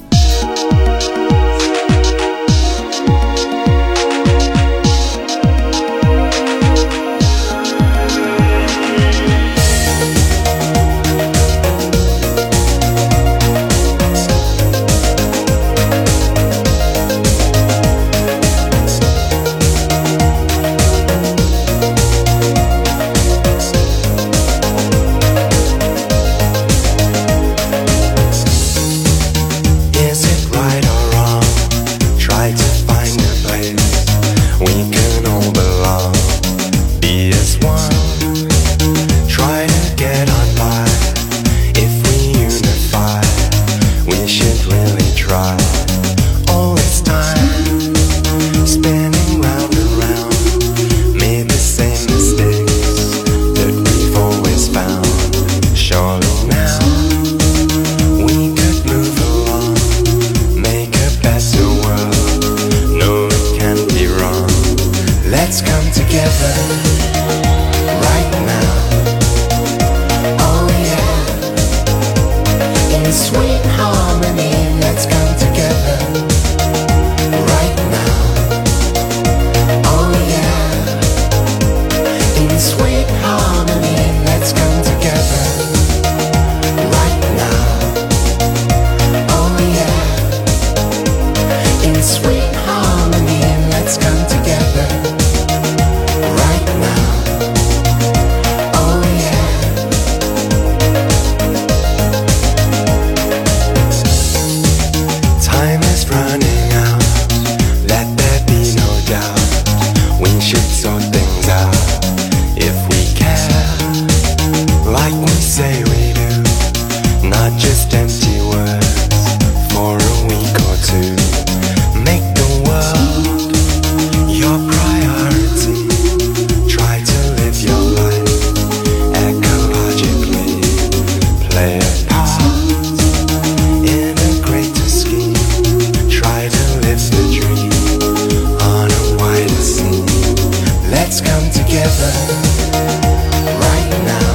Is it right or wrong? Try to find a place we can all belong. Be as one. Try to get on by. If we unify, we should really try. All this time, spinning round and round, made the same mistakes that we've always found. Surely now we could move along, make a better world. No, it can't be wrong. Let's come together right now. Oh yeah, in sweet harmony. Let's come together right now. Oh yeah, in sweet harmony. Let's come together right now. Oh yeah, in sweet harmony. Let's come together right now. Oh yeah. Time is running out. Let there be no doubt. We should sort things out if we care, like we say we do. Not just empty words for a week or two. Make the world your priority. Try to live your life ecologically. Play a part in a greater scheme. Try to live the dream on a wider scene. Let's come together right now.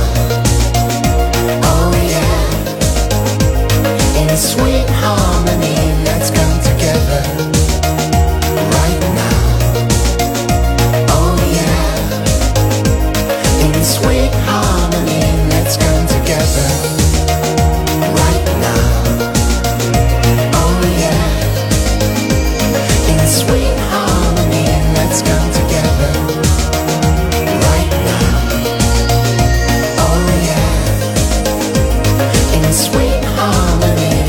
Oh yeah, in sweet harmony. Let's come together right now. Oh yeah, in sweet harmony. Let's come together right now. Oh yeah, in sweet harmony. Let's come together right now. Oh yeah, in sweet harmony.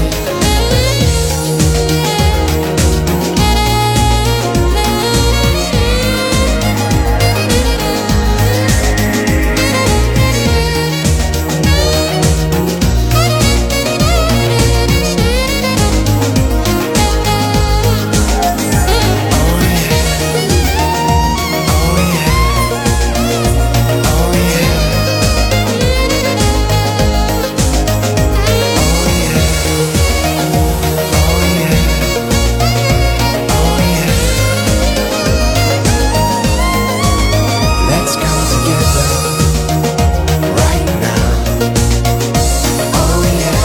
Let's come together right now. Oh yeah,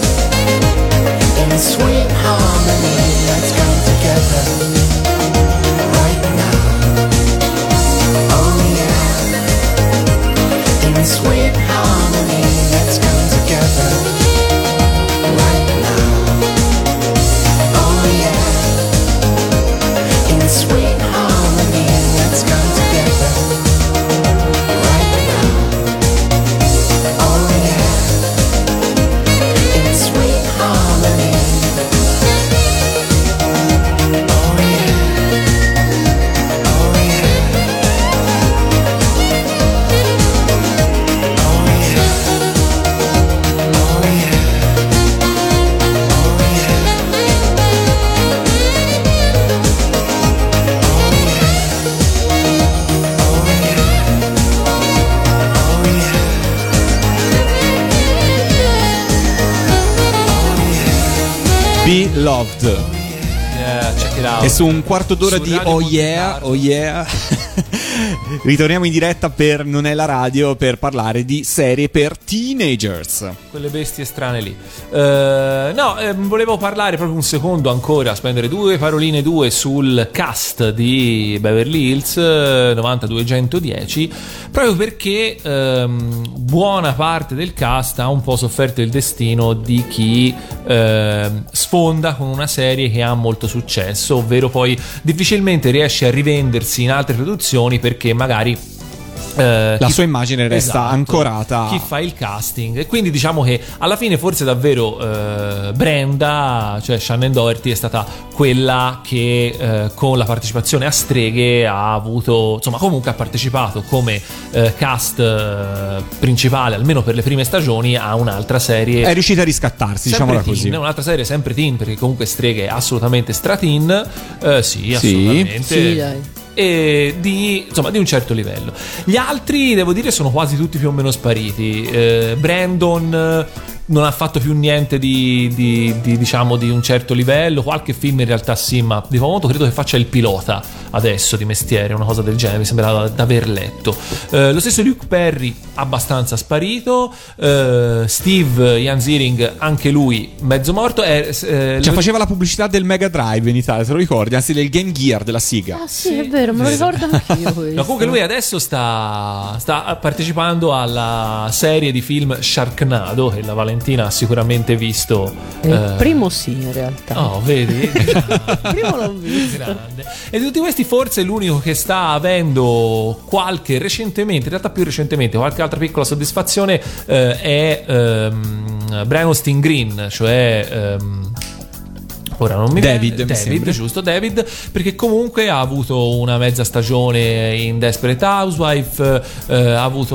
in sweet harmony. Let's come together right now. Oh yeah, in sweet harmony. Let's come together right now. Oh yeah, in sweet harmony. Let's come together Loved. Yeah, check it out. E su un quarto d'ora Su di Radio Oh Monte yeah, Carlo. oh yeah. Ritorniamo in diretta per Non è la radio per parlare di serie per teenagers. Quelle bestie strane lì. Eh, no, eh, volevo parlare proprio un secondo ancora, spendere due paroline due sul cast di Beverly Hills eh, nove due uno zero, proprio perché ehm, buona parte del cast ha un po' sofferto il destino di chi ehm, sfonda con una serie che ha molto successo, ovvero poi difficilmente riesce a rivendersi in altre produzioni perché magari Eh, La chi- sua immagine resta Esatto, ancorata. chi fa il casting, e quindi diciamo che alla fine forse davvero eh, Brenda, cioè Shannon Doherty, è stata quella che eh, con la partecipazione a Streghe ha avuto, insomma, comunque ha partecipato come eh, cast eh, principale almeno per le prime stagioni a un'altra serie. È riuscita a riscattarsi, Sempre diciamola teen, così. un'altra serie sempre teen, perché comunque Streghe è assolutamente strateen, eh, sì, assolutamente. Sì, dai. E di, insomma, di un certo livello. Gli altri, devo dire, sono quasi tutti più o meno spariti. eh, Brandon eh, non ha fatto più niente di, di, di, diciamo, di un certo livello. Qualche film in realtà sì, ma di momento credo che faccia il pilota adesso di mestiere, una cosa del genere, mi sembrava d'aver letto. Eh, lo stesso Luke Perry abbastanza sparito. eh, Steve Ian Ziering, anche lui mezzo morto. eh, eh, Cioè lo- faceva la pubblicità del Mega Drive in Italia, te lo ricordi? Anzi del Game Gear della Sega. Ah sì, è vero, me lo ricordo anch'io questo. No, comunque lui adesso sta, sta partecipando alla serie di film Sharknado, che la Valentina ha sicuramente visto. Il eh, primo sì, in realtà. Oh, vedi? Il primo l'ho visto. Grande. E di tutti questi forse l'unico che sta avendo qualche recentemente, in realtà più recentemente, qualche altra piccola soddisfazione eh, è ehm, Brian Austin Green, cioè ehm, ora non mi David, viene, mi David, sembra. giusto, David, perché comunque ha avuto una mezza stagione in Desperate Housewife, eh, ha avuto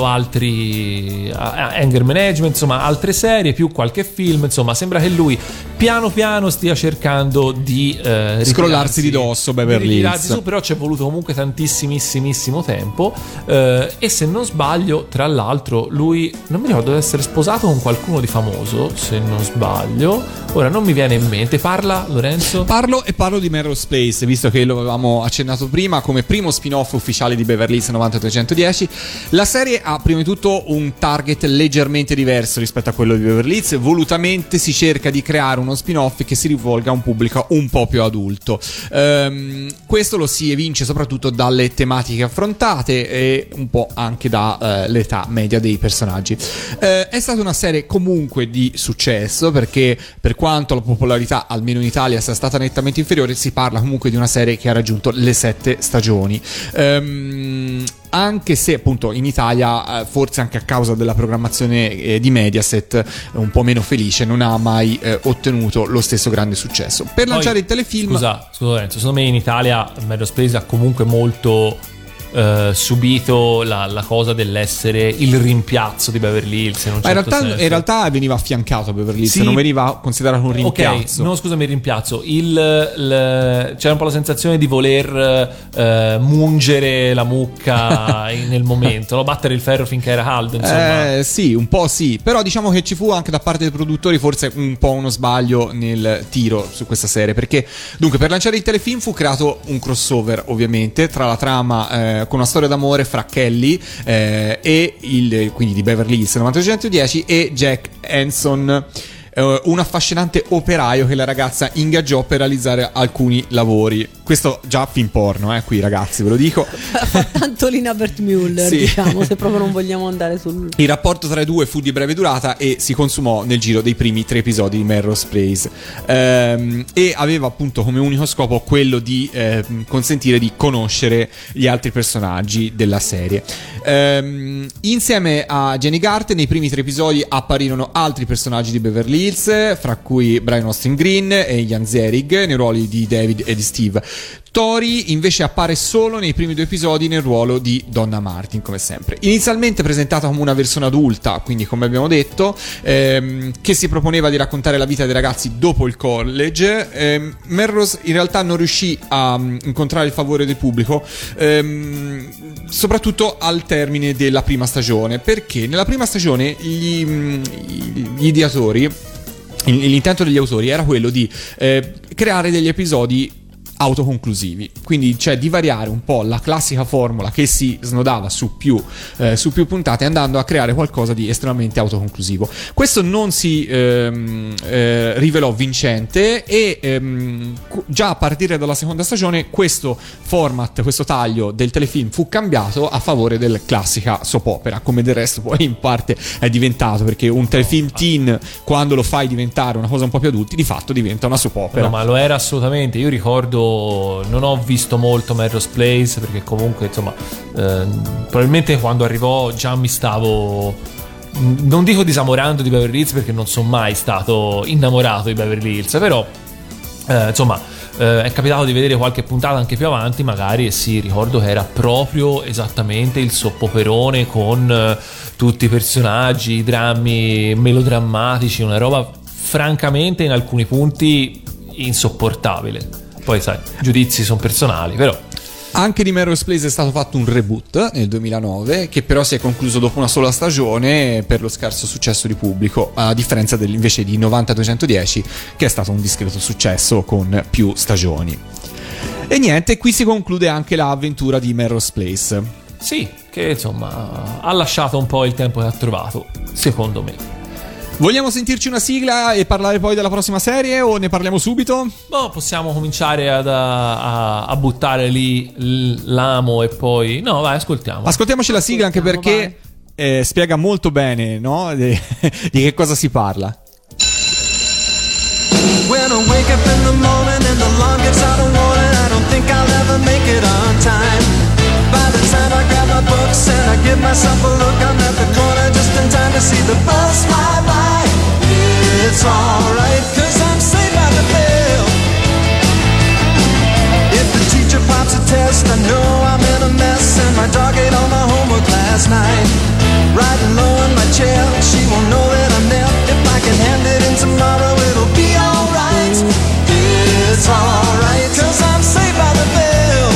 altri eh, Anger Management, insomma altre serie, più qualche film, insomma sembra che lui piano piano stia cercando di eh, Scrollarsi ritirarsi- di dosso Beverly di ritirarsi Hills. su, però ci è voluto comunque tantissimissimo tempo, eh, e se non sbaglio, tra l'altro, lui non mi ricordo di essere sposato con qualcuno di famoso, se non sbaglio, ora non mi viene in mente. Parla Lorenzo? Parlo e parlo di Melrose Place, visto che lo avevamo accennato prima come primo spin-off ufficiale di Beverly Hills nove due uno zero. La serie ha prima di tutto un target leggermente diverso rispetto a quello di Beverly Hills. Volutamente si cerca di creare uno spin-off che si rivolga a un pubblico un po' più adulto. Ehm, questo lo si evince soprattutto dalle tematiche affrontate e un po' anche dall'età media dei personaggi. Eh, è stata una serie comunque di successo, perché per quanto la popolarità almeno in Italia sia stata nettamente inferiore, si parla comunque di una serie che ha raggiunto le sette stagioni. Ehm, anche se appunto in Italia, eh, forse anche a causa della programmazione eh, di Mediaset eh, un po' meno felice, non ha mai eh, ottenuto lo stesso grande successo. Per Poi, lanciare il telefilm, Scusa, scusa Lorenzo, secondo me in Italia Melrose Place ha comunque molto eh, subito la, la cosa dell'essere il rimpiazzo di Beverly Hills, in un ma in certo realtà, senso. in realtà veniva affiancato a Beverly Hills, Sì. non veniva considerato un rimpiazzo. Ok, no, scusami, il rimpiazzo. Il, il- c'era un po' la sensazione di voler eh, mungere la mucca in- nel momento, no? Battere il ferro finché era caldo, insomma. Eh, sì, un po' sì, però diciamo che ci fu anche da parte dei produttori forse un po' uno sbaglio nel tiro su questa serie, perché dunque per lanciare il telefilm fu creato un crossover ovviamente tra la trama eh, con una storia d'amore fra Kelly eh, e il, quindi di Beverly Hills nove due uno zero e Jack Hanson, eh, un affascinante operaio che la ragazza ingaggiò per realizzare alcuni lavori. Questo già film porno, eh, qui ragazzi, ve lo dico. Fa tanto Lina Wertmüller, Sì. diciamo, se proprio non vogliamo andare sul... Il rapporto tra i due fu di breve durata e si consumò nel giro dei primi tre episodi di Melrose Place, ehm, e aveva appunto come unico scopo quello di ehm, consentire di conoscere gli altri personaggi della serie. Ehm, insieme a Jenny Garth nei primi tre episodi apparirono altri personaggi di Beverly Hills, fra cui Brian Austin Green e Ian Ziering nei ruoli di David e di Steve. Tori invece appare solo nei primi due episodi nel ruolo di Donna Martin, come sempre. Inizialmente presentata come una versione adulta, quindi come abbiamo detto, ehm, che si proponeva di raccontare la vita dei ragazzi dopo il college, ehm, Melrose in realtà non riuscì a um, incontrare il favore del pubblico, ehm, soprattutto al termine della prima stagione, perché nella prima stagione gli, gli ideatori l'intento degli autori era quello di eh, creare degli episodi autoconclusivi, quindi cioè di variare un po' la classica formula che si snodava su più, eh, su più puntate, andando a creare qualcosa di estremamente autoconclusivo. Questo non si ehm, eh, rivelò vincente e ehm, già a partire dalla seconda stagione questo format, questo taglio del telefilm fu cambiato a favore del classica soap opera, come del resto poi in parte è diventato, perché un telefilm teen, quando lo fai diventare una cosa un po' più adulti, di fatto diventa una soap opera. No, ma lo era assolutamente. Io ricordo, non ho visto molto Melrose Place perché comunque insomma eh, probabilmente quando arrivò già mi stavo, non dico disamorando di Beverly Hills perché non sono mai stato innamorato di Beverly Hills, però eh, insomma eh, è capitato di vedere qualche puntata anche più avanti magari, e sì, ricordo che era proprio esattamente il soppoperone con eh, tutti i personaggi, i drammi melodrammatici, una roba francamente in alcuni punti insopportabile. Poi sai, giudizi sono personali, però. Anche di Melrose Place è stato fatto un reboot nel duemilanove, che però si è concluso dopo una sola stagione per lo scarso successo di pubblico, a differenza del, invece di novanta duecentodieci, che è stato un discreto successo con più stagioni. E niente, qui si conclude anche l'avventura di Melrose Place. Sì, che insomma ha lasciato un po' il tempo che ha trovato, secondo me. Vogliamo sentirci una sigla e parlare poi della prossima serie, o ne parliamo subito? Boh, possiamo cominciare ad, a, a buttare lì l'amo e poi... No, vai, ascoltiamo. Ascoltiamoci la sigla, anche perché eh, spiega molto bene, no? di, di che cosa si parla. When I wake up in the morning and the alarm gives out a warning, I don't think I'll ever make it on time. By the time I grab my books and I give myself a look, I'm at the corner just in time to see the bus fly by. It's alright, cause I'm saved by the bell. If the teacher pops a test, I know I'm in a mess, and my dog ate all my homework last night. Riding low in my chair, she won't know that I'm there. If I can hand it in tomorrow, it'll be alright. It's alright, cause I'm saved by the bell.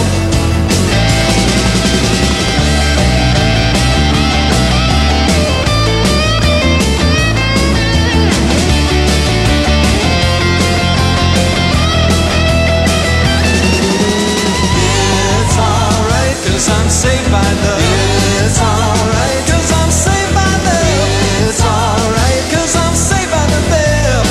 It's alright, cause I'm saved by the. It's alright, cause I'm saved by the. It's alright, cause I'm saved by the bell.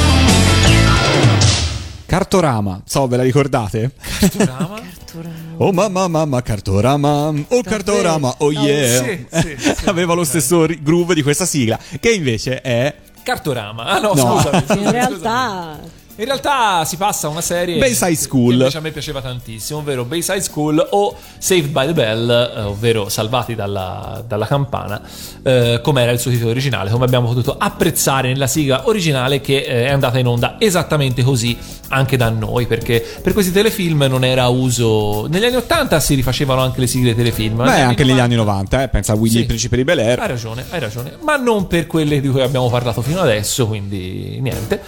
Cartorama, so, ve la ricordate? Cartorama? Oh mamma mamma Cartorama, oh Cartorama, oh yeah. Sì, sì, sì, Aveva lo stesso ri- groove di questa sigla, che invece è Cartorama. Ah no, No. scusami, scusami, In realtà... scusami. In realtà si passa a una serie Bayside School. che invece a me piaceva tantissimo, ovvero Bayside School o Saved by the Bell, eh, ovvero Salvati dalla, dalla campana, eh, come era il suo titolo originale, come abbiamo potuto apprezzare nella sigla originale, che eh, è andata in onda esattamente così anche da noi, perché per questi telefilm non era uso. Negli anni ottanta si rifacevano anche le sigle telefilm, Beh, anche negli anni novanta, eh, pensa a Willy Sì. il principe di Bel-Air. Hai ragione, hai ragione, ma non per quelle di cui abbiamo parlato fino adesso, quindi niente.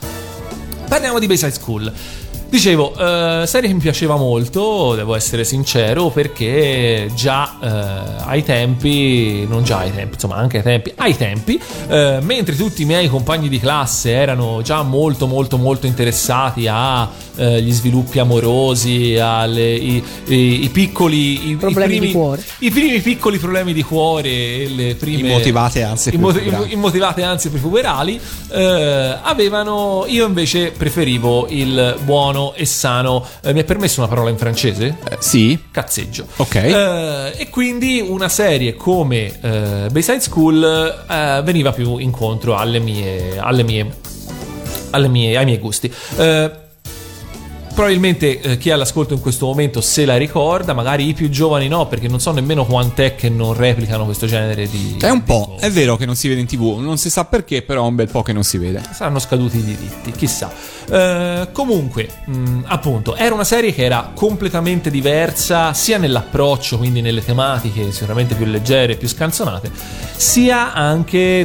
Parliamo di Bayside School. Dicevo, eh, serie che mi piaceva molto, devo essere sincero, perché già eh, ai tempi, non già ai tempi, insomma anche ai tempi, ai tempi, eh, mentre tutti i miei compagni di classe erano già molto molto molto interessati agli sviluppi amorosi, alle, i, i, i piccoli i, Problemi i primi, di cuore. i primi piccoli problemi di cuore e le prime Immotivate ansie immo- prepuberali. immotivate ansie prepuberali, eh, avevano, io invece preferivo il buono e sano, eh, mi è permesso una parola in francese? Eh, sì, Cazzeggio. ok. Eh, e quindi una serie come eh, Bayside School eh, veniva più incontro alle mie, alle mie, alle mie, ai miei gusti. Eh, Probabilmente eh, chi è all'ascolto in questo momento se la ricorda, magari i più giovani no, perché non so nemmeno quant'è che non replicano questo genere di... È un di po', cose. è vero che non si vede in tv, non si sa perché, però è un bel po' che non si vede. Saranno scaduti i diritti, chissà. Eh, comunque, mh, appunto, era una serie che era completamente diversa, sia nell'approccio, quindi nelle tematiche sicuramente più leggere, più scanzonate, sia anche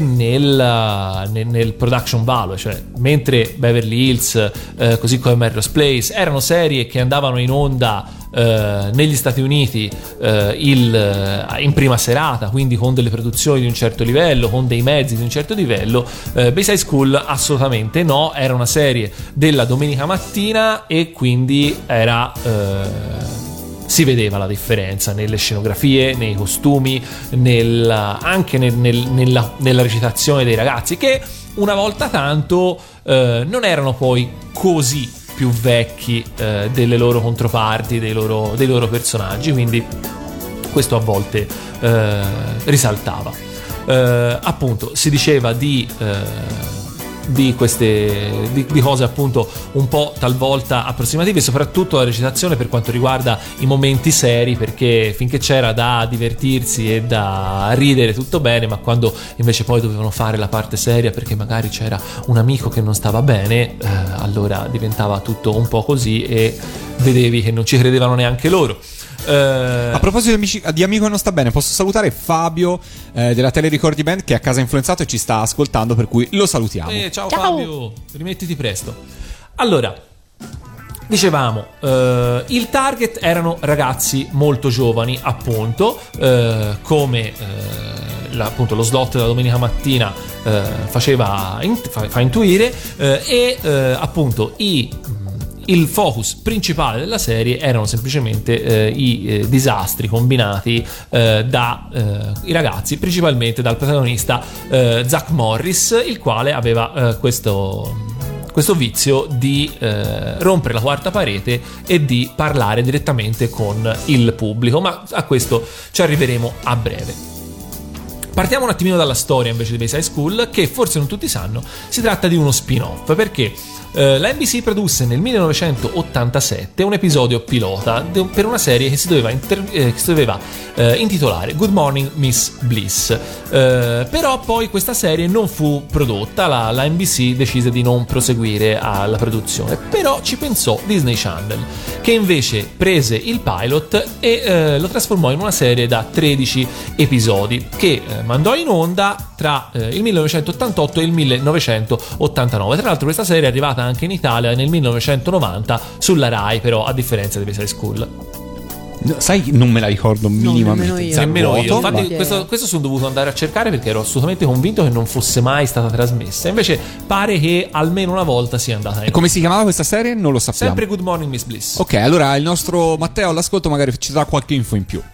nel, nel, nel production value, cioè mentre Beverly Hills, eh, così come Melrose Place, erano serie che andavano in onda eh, negli Stati Uniti eh, il, eh, in prima serata, quindi con delle produzioni di un certo livello, con dei mezzi di un certo livello. eh, Bayside School assolutamente no, era una serie della domenica mattina e quindi era eh, si vedeva la differenza nelle scenografie, nei costumi, nel, anche nel, nel, nella, nella recitazione dei ragazzi, che una volta tanto eh, non erano poi così più vecchi eh, delle loro controparti, dei loro, dei loro personaggi, quindi questo a volte eh, risaltava. Eh, appunto si diceva di... Eh, di queste di, di cose appunto un po' talvolta approssimative, soprattutto la recitazione per quanto riguarda i momenti seri, perché finché c'era da divertirsi e da ridere tutto bene, ma quando invece poi dovevano fare la parte seria perché magari c'era un amico che non stava bene, eh, allora diventava tutto un po' così e vedevi che non ci credevano neanche loro. Uh, a proposito di, amici, di amico che non sta bene, posso salutare Fabio eh, della Telericordi Band, che è a casa influenzato e ci sta ascoltando, per cui lo salutiamo. eh, ciao, Ciao Fabio, rimettiti presto. Allora, dicevamo, eh, il target erano ragazzi molto giovani, appunto, eh, come eh, la, appunto lo slot della domenica mattina eh, faceva in, fa, fa intuire, eh, e eh, appunto i il focus principale della serie erano semplicemente eh, i eh, disastri combinati eh, da eh, i ragazzi, principalmente dal protagonista eh, Zach Morris, il quale aveva eh, questo questo vizio di eh, rompere la quarta parete e di parlare direttamente con il pubblico, ma a questo ci arriveremo a breve. Partiamo un attimino dalla storia invece di Bayside School, che forse non tutti sanno. Si tratta di uno spin-off, perché eh, la N B C produsse nel millenovecentottantasette un episodio pilota de- per una serie che si doveva, inter- eh, che si doveva eh, intitolare Good Morning Miss Bliss. Eh, però poi questa serie non fu prodotta, la, la N B C decise di non proseguire alla produzione, però ci pensò Disney Channel, che invece prese il pilot e eh, lo trasformò in una serie da tredici episodi che eh, mandò in onda tra eh, il millenovecentottantotto e il millenovecentottantanove. Tra l'altro questa serie è arrivata anche in Italia nel millenovecentonovanta sulla Rai, però a differenza di Bayside School. No, sai, non me la ricordo minimamente. nemmeno io. Nemmeno io. Vuoto, Infatti ma- questo, questo sono dovuto andare a cercare perché ero assolutamente convinto che non fosse mai stata trasmessa. Invece pare che almeno una volta sia andata in E onda. come si chiamava questa serie? Non lo sappiamo. Sempre Good Morning Miss Bliss. Ok, allora il nostro Matteo all'ascolto magari ci dà qualche info in più.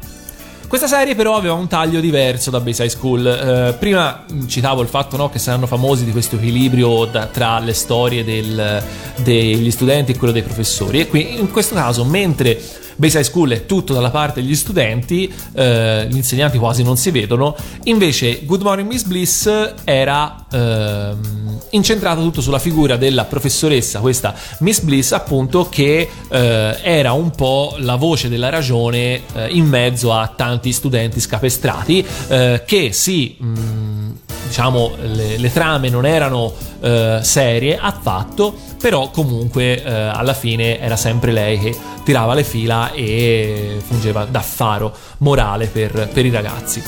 Questa serie però aveva un taglio diverso da Bayside School. Eh, prima mh, citavo il fatto, no, che saranno famosi di questo equilibrio da, tra le storie del, degli studenti e quello dei professori, e qui in questo caso, mentre Bayside School è tutto dalla parte degli studenti, eh, gli insegnanti quasi non si vedono, invece Good Morning Miss Bliss era ehm, incentrato tutto sulla figura della professoressa, questa Miss Bliss appunto, che eh, era un po' la voce della ragione eh, in mezzo a tanti studenti scapestrati, eh, che sì, mh, diciamo le, le trame non erano eh, serie affatto, però comunque eh, alla fine era sempre lei che tirava le fila e fungeva da faro morale per, per i ragazzi.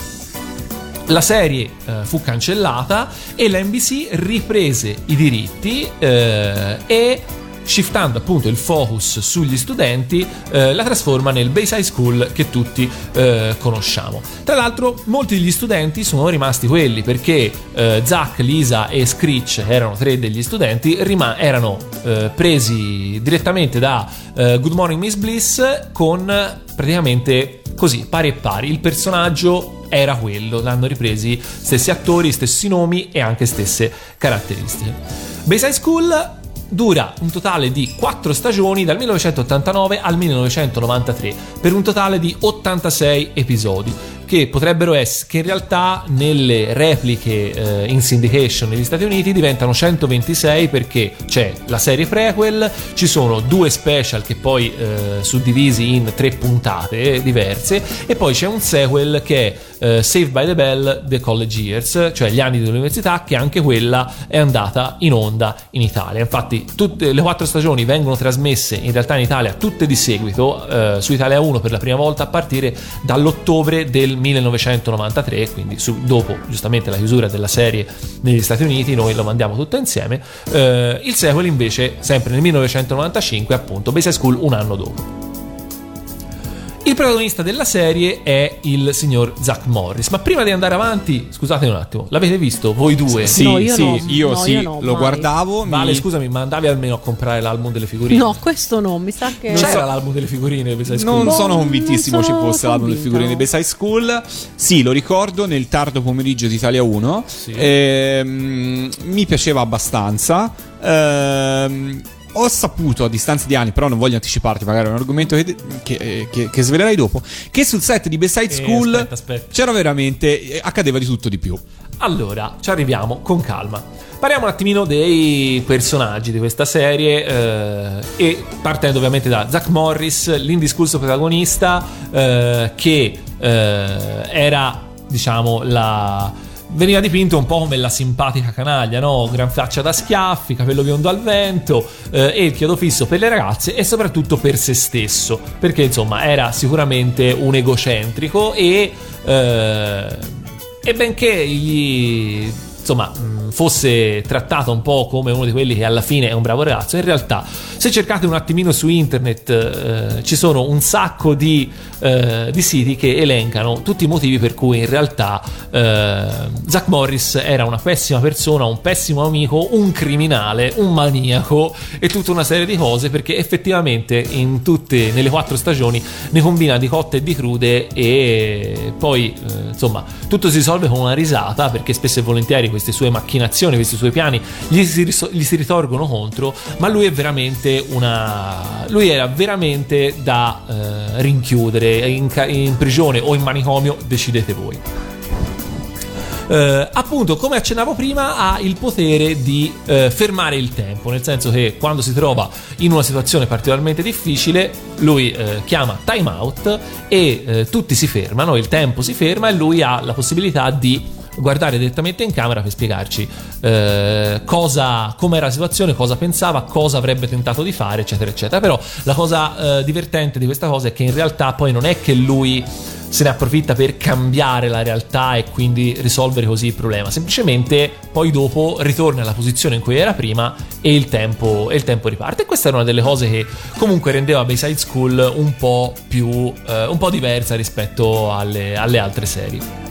La serie eh, fu cancellata e la N B C riprese i diritti eh, e, shiftando appunto il focus sugli studenti, eh, la trasforma nel Bayside School che tutti eh, conosciamo. Tra l'altro molti degli studenti sono rimasti quelli, perché eh, Zach, Lisa e Screech, erano tre degli studenti, rima- erano eh, presi direttamente da eh, Good Morning Miss Bliss con praticamente così, pari e pari. Il personaggio era quello, l'hanno ripresi stessi attori, stessi nomi e anche stesse caratteristiche. Bayside School dura un totale di quattro stagioni dal millenovecentottantanove al millenovecentonovantatré, per un totale di ottantasei episodi, che potrebbero essere, che in realtà nelle repliche eh, in syndication negli Stati Uniti diventano centoventisei, perché c'è la serie prequel, ci sono due special che poi eh, suddivisi in tre puntate diverse, e poi c'è un sequel che è eh, Saved by the Bell The College Years, cioè gli anni dell'università, che anche quella è andata in onda in Italia. Infatti tutte le quattro stagioni vengono trasmesse in realtà in Italia tutte di seguito, eh, su Italia uno per la prima volta a partire dall'ottobre del millenovecentonovantatré, quindi su, dopo giustamente la chiusura della serie negli Stati Uniti, noi lo mandiamo tutto insieme. Eh, il sequel invece sempre nel millenovecentonovantacinque, appunto Bayside School un anno dopo. Il protagonista della serie è il signor Zach Morris. Ma prima di andare avanti, scusate un attimo, l'avete visto voi due? Sì, No, io sì, no. io No, sì, io no, lo mai. guardavo. mi- Vale, scusami, ma andavi almeno a comprare l'album delle figurine? No, questo no, mi sa che... C'era l'album delle figurine? Non Boh, sono non convintissimo ci sono fosse l'album delle convinta. figurine di Bayside School. Sì, lo ricordo nel tardo pomeriggio di Italia uno. Sì. Ehm, mi piaceva abbastanza. Ehm, ho saputo a distanza di anni, però non voglio anticiparti, magari è un argomento che, che, che, che svelerai dopo, che sul set di Bayside Eh, School aspetta, aspetta. c'era veramente, eh, accadeva di tutto di più. Allora, ci arriviamo con calma. Parliamo un attimino dei personaggi di questa serie eh, e partendo ovviamente da Zach Morris, l'indiscusso protagonista eh, che eh, era, diciamo, la... veniva dipinto un po' come la simpatica canaglia, no? Gran faccia da schiaffi, capello biondo al vento eh, e il chiodo fisso per le ragazze e soprattutto per se stesso, perché insomma era sicuramente un egocentrico e, eh, e benché gli... insomma, mh, fosse trattato un po' come uno di quelli che alla fine è un bravo ragazzo, in realtà se cercate un attimino su internet eh, ci sono un sacco di, eh, di siti che elencano tutti i motivi per cui in realtà eh, Zach Morris era una pessima persona, un pessimo amico, un criminale, un maniaco e tutta una serie di cose, perché effettivamente in tutte, nelle quattro stagioni ne combina di cotte e di crude e poi eh, insomma tutto si risolve con una risata, perché spesso e volentieri queste sue macchinazioni, questi suoi piani gli si, ris- gli si ritorgono contro, ma lui è veramente una lui era veramente da eh, rinchiudere in, ca- in prigione o in manicomio, decidete voi. Eh, appunto, come accennavo prima, ha il potere di eh, fermare il tempo, nel senso che quando si trova in una situazione particolarmente difficile lui eh, chiama time out e eh, tutti si fermano, il tempo si ferma e lui ha la possibilità di guardare direttamente in camera per spiegarci eh, cosa, com'era la situazione, cosa pensava, cosa avrebbe tentato di fare, eccetera eccetera. Però la cosa eh, divertente di questa cosa è che in realtà poi non è che lui se ne approfitta per cambiare la realtà e quindi risolvere così il problema, semplicemente poi dopo ritorna alla posizione in cui era prima e il tempo, e il tempo riparte. E questa era una delle cose che comunque rendeva Bayside School un po' più eh, un po' diversa rispetto alle, alle altre serie.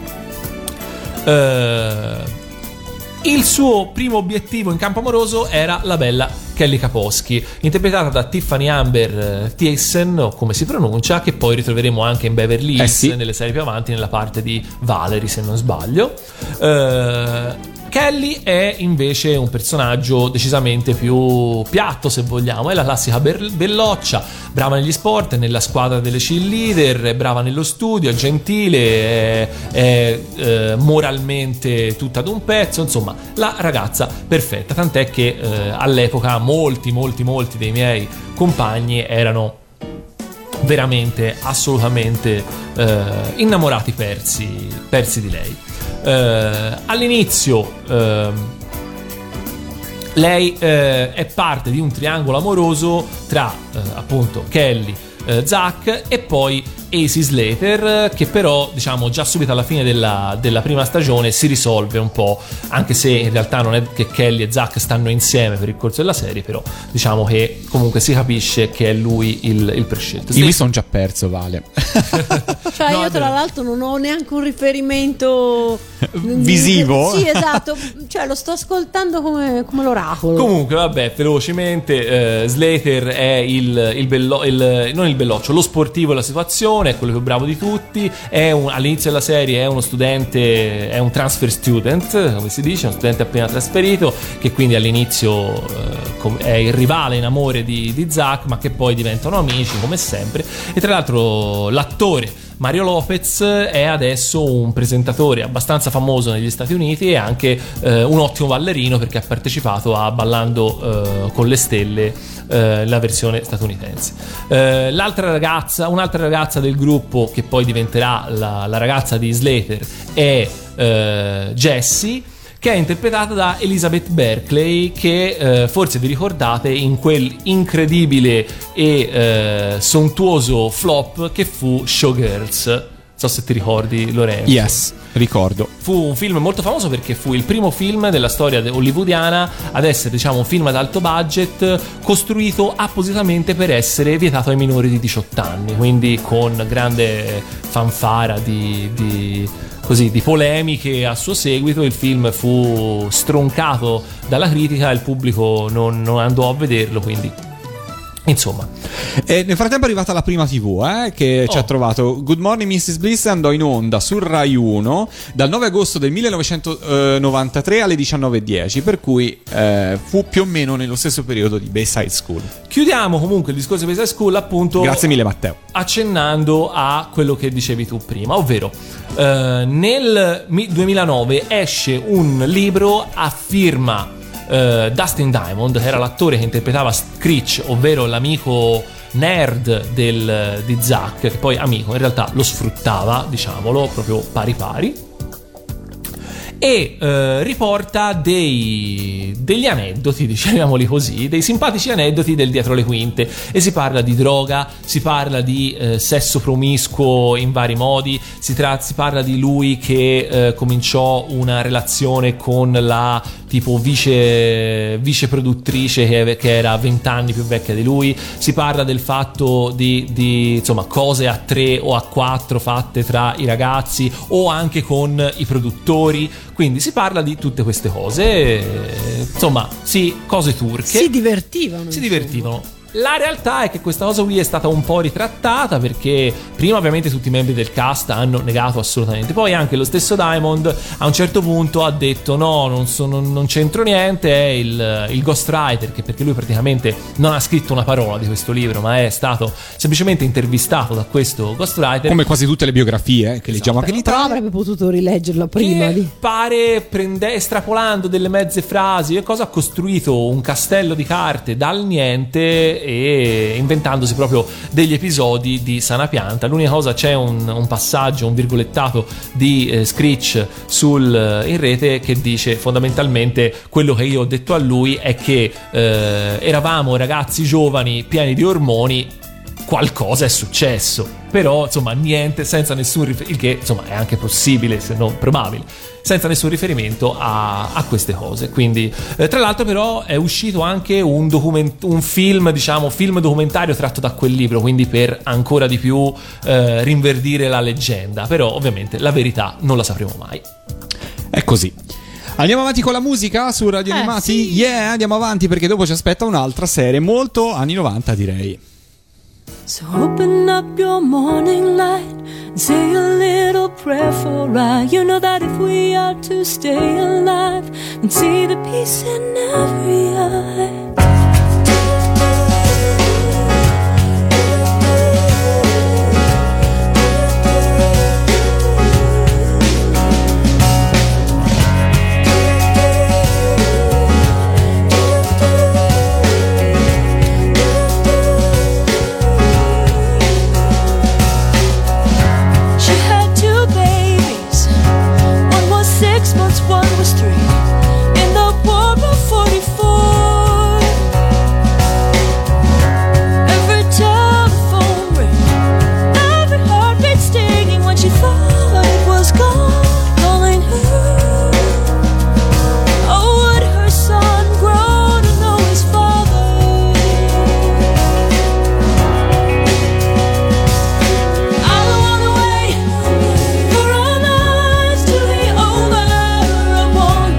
Uh, il suo primo obiettivo in campo amoroso era la bella Kelly Kapowski, interpretata da Tiffany Amber uh, Thiessen, o come si pronuncia, che poi ritroveremo anche in Beverly Hills, eh sì. nelle serie più avanti, nella parte di Valerie, se non sbaglio. Uh, Kelly è invece un personaggio decisamente più piatto, se vogliamo, è la classica ber- belloccia, brava negli sport, è nella squadra delle cheerleader, è brava nello studio, è gentile, è, è eh, moralmente tutta ad un pezzo, insomma la ragazza perfetta, tant'è che eh, all'epoca molti molti molti dei miei compagni erano veramente assolutamente eh, innamorati persi, persi di lei. Uh, all'inizio uh, lei uh, è parte di un triangolo amoroso tra uh, appunto Kelly, uh, Zach e poi Acey Slater, che però diciamo già subito alla fine della, della prima stagione si risolve un po', anche se in realtà non è che Kelly e Zach stanno insieme per il corso della serie, però diciamo che comunque si capisce che è lui il, il prescelto. Io mi sono già perso, Vale. Cioè No, io è tra vero. l'altro non ho neanche un riferimento Visivo? Sì, esatto, cioè lo sto ascoltando come, come l'oracolo. Comunque, vabbè, velocemente, eh, Slater è il, il, bello, il non il belloccio, lo sportivo della situazione, è quello più bravo di tutti, è un, all'inizio della serie è uno studente, è un transfer student, come si dice, uno studente appena trasferito, che quindi all'inizio eh, è il rivale in amore di, di Zach, ma che poi diventano amici, come sempre. E tra l'altro l'attore Mario Lopez è adesso un presentatore abbastanza famoso negli Stati Uniti e anche eh, un ottimo ballerino, perché ha partecipato a Ballando eh, con le stelle, eh, la versione statunitense. Eh, l'altra ragazza, un'altra ragazza del gruppo che poi diventerà la, la ragazza di Slater è eh, Jessie, che è interpretata da Elizabeth Berkley, che eh, forse vi ricordate in quel incredibile e eh, sontuoso flop che fu Showgirls. so se ti ricordi, Lorenzo. Yes, ricordo. Fu un film molto famoso perché fu il primo film della storia hollywoodiana ad essere, diciamo, un film ad alto budget costruito appositamente per essere vietato ai minori di diciotto anni, quindi con grande fanfara di, di, così, di polemiche a suo seguito. Il film fu stroncato dalla critica e il pubblico non, non andò a vederlo, quindi insomma. E nel frattempo è arrivata la prima tivù, eh, che Oh. ci ha trovato. Good Morning missus Bliss andò in onda sul Rai uno dal nove agosto del millenovecentonovantatré alle diciannove e dieci, per cui eh, fu più o meno nello stesso periodo di Bayside School. Chiudiamo comunque il discorso di Bayside School, appunto, Grazie mille, Matteo. accennando a quello che dicevi tu prima, ovvero eh, nel mi- duemilanove esce un libro a firma Uh, Dustin Diamond, che era l'attore che interpretava Screech, ovvero l'amico nerd del, di Zack, che poi amico in realtà lo sfruttava, diciamolo, proprio pari pari, e uh, riporta dei, degli aneddoti, diciamoli così, dei simpatici aneddoti del dietro le quinte, e si parla di droga, si parla di uh, sesso promiscuo in vari modi, si, tra- si parla di lui che uh, cominciò una relazione con la tipo vice, vice produttrice che, che era venti anni più vecchia di lui, si parla del fatto di, di insomma cose a tre o a quattro fatte tra i ragazzi o anche con i produttori, quindi si parla di tutte queste cose, eh, insomma sì, cose turche. Si divertivano. Si divertivano. La realtà è che questa cosa qui è stata un po' ritrattata, perché prima ovviamente tutti i membri del cast hanno negato assolutamente, poi anche lo stesso Diamond a un certo punto ha detto no, non, sono, non c'entro niente, è il, il ghostwriter, che perché lui praticamente non ha scritto una parola di questo libro, ma è stato semplicemente intervistato da questo ghostwriter, Come quasi tutte le biografie eh, che leggiamo anche in Però Italia. avrebbe potuto rileggerla prima che di... pare prende, estrapolando delle mezze frasi e cosa ha costruito un castello di carte dal niente, e inventandosi proprio degli episodi di sana pianta. L'unica cosa, c'è un, un passaggio, un virgolettato di eh, Screech sul, in rete, che dice fondamentalmente quello che io ho detto a lui è che eh, eravamo ragazzi giovani pieni di ormoni, qualcosa è successo, però insomma niente, senza nessun riferimento, il che insomma è anche possibile se non probabile, senza nessun riferimento a, a queste cose. Quindi eh, tra l'altro però è uscito anche un, document- un film, diciamo film documentario tratto da quel libro, quindi per ancora di più eh, rinverdire la leggenda, però ovviamente la verità non la sapremo mai. È così. Andiamo avanti con la musica su Radio Eh, Animati? sì. Yeah, andiamo avanti perché dopo ci aspetta un'altra serie molto anni novanta, direi. So open up your morning light and say a little prayer for I. You know that if we are to stay alive, and see the peace in every eye. One was three in the war of forty-four. Every telephone ring, every heartbeat stinging when she thought it was gone, calling her. Oh, would her son grow to know his father? I don't wanna wait for our lives to be over. I want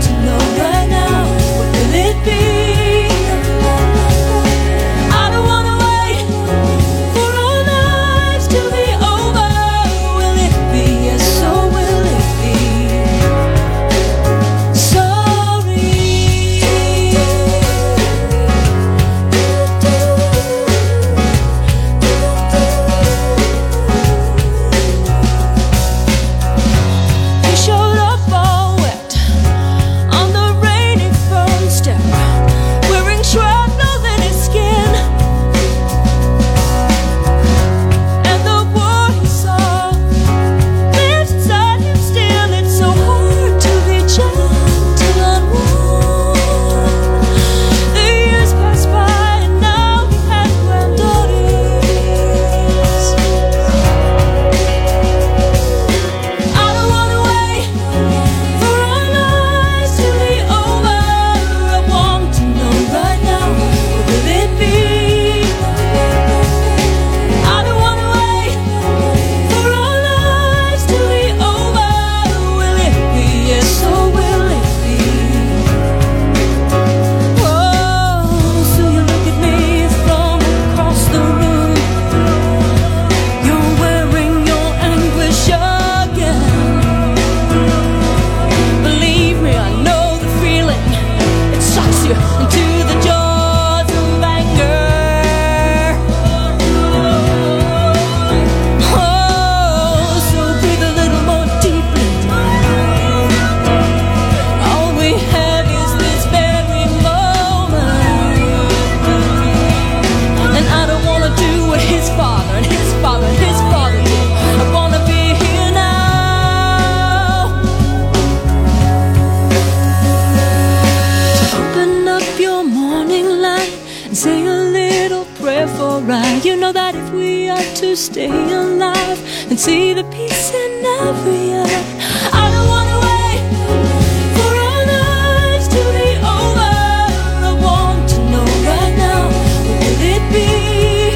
feel that if we are to stay alive and see the peace in every eye, I don't wanna wait for our lives to be over. I want to know right now, what will it be?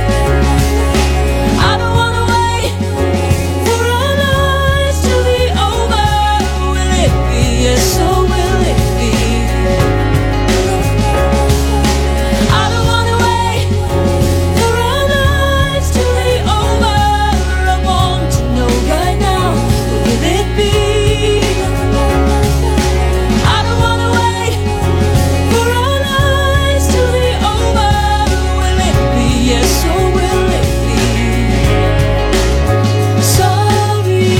I don't wanna wait for our lives to be over. Will it be yes or will it be? I don't wanna wait for our lives to be over. I want to know right now, what will it be? I don't wanna wait for our lives to be over. Will it be yes or will it be? Sorry.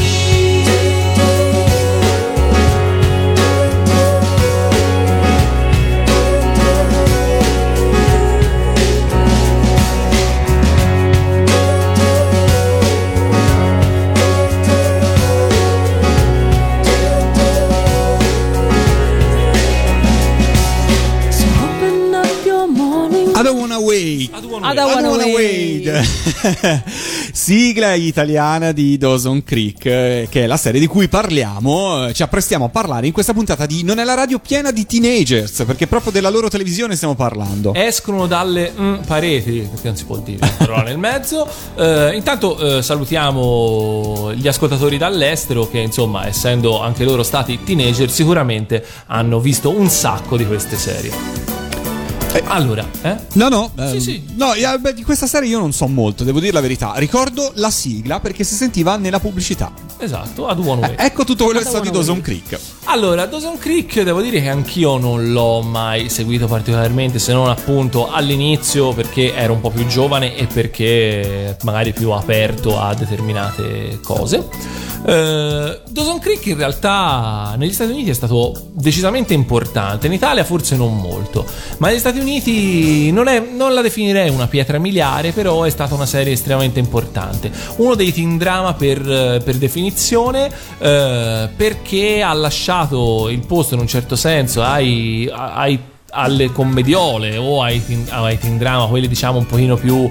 So open up your morning. I don't wanna wait. I don't wanna I wait. don't I wanna don't wanna wait. wait. Sigla italiana di Dawson Creek, eh, che è la serie di cui parliamo. eh, Ci apprestiamo a parlare in questa puntata di Non è la radio piena di teenagers, perché proprio della loro televisione stiamo parlando. Escono dalle mm, pareti, perché non si può dire una parola nel mezzo. Eh, intanto eh, salutiamo gli ascoltatori dall'estero che, insomma, essendo anche loro stati teenager, sicuramente hanno visto un sacco di queste serie. Allora, eh? No, no, Sì, ehm, sì. no, eh, beh, di questa serie io non so molto, devo dire la verità. Ricordo la sigla perché si sentiva nella pubblicità. Esatto, ad One Way. Ecco tutto quello che è I stato di don't Dawson wanna Creek. Allora, Dawson Creek devo dire che anch'io non l'ho mai seguito particolarmente, se non appunto all'inizio perché ero un po' più giovane e perché magari più aperto a determinate cose. Eh, Dawson Creek in realtà negli Stati Uniti è stato decisamente importante, in Italia forse non molto, ma negli Stati Uniti non, è, non la definirei una pietra miliare, però è stata una serie estremamente importante, uno dei teen drama per, per definizione, eh, perché ha lasciato il posto in un certo senso ai, ai alle commediole o ai teen, ai teen drama, quelli diciamo un pochino più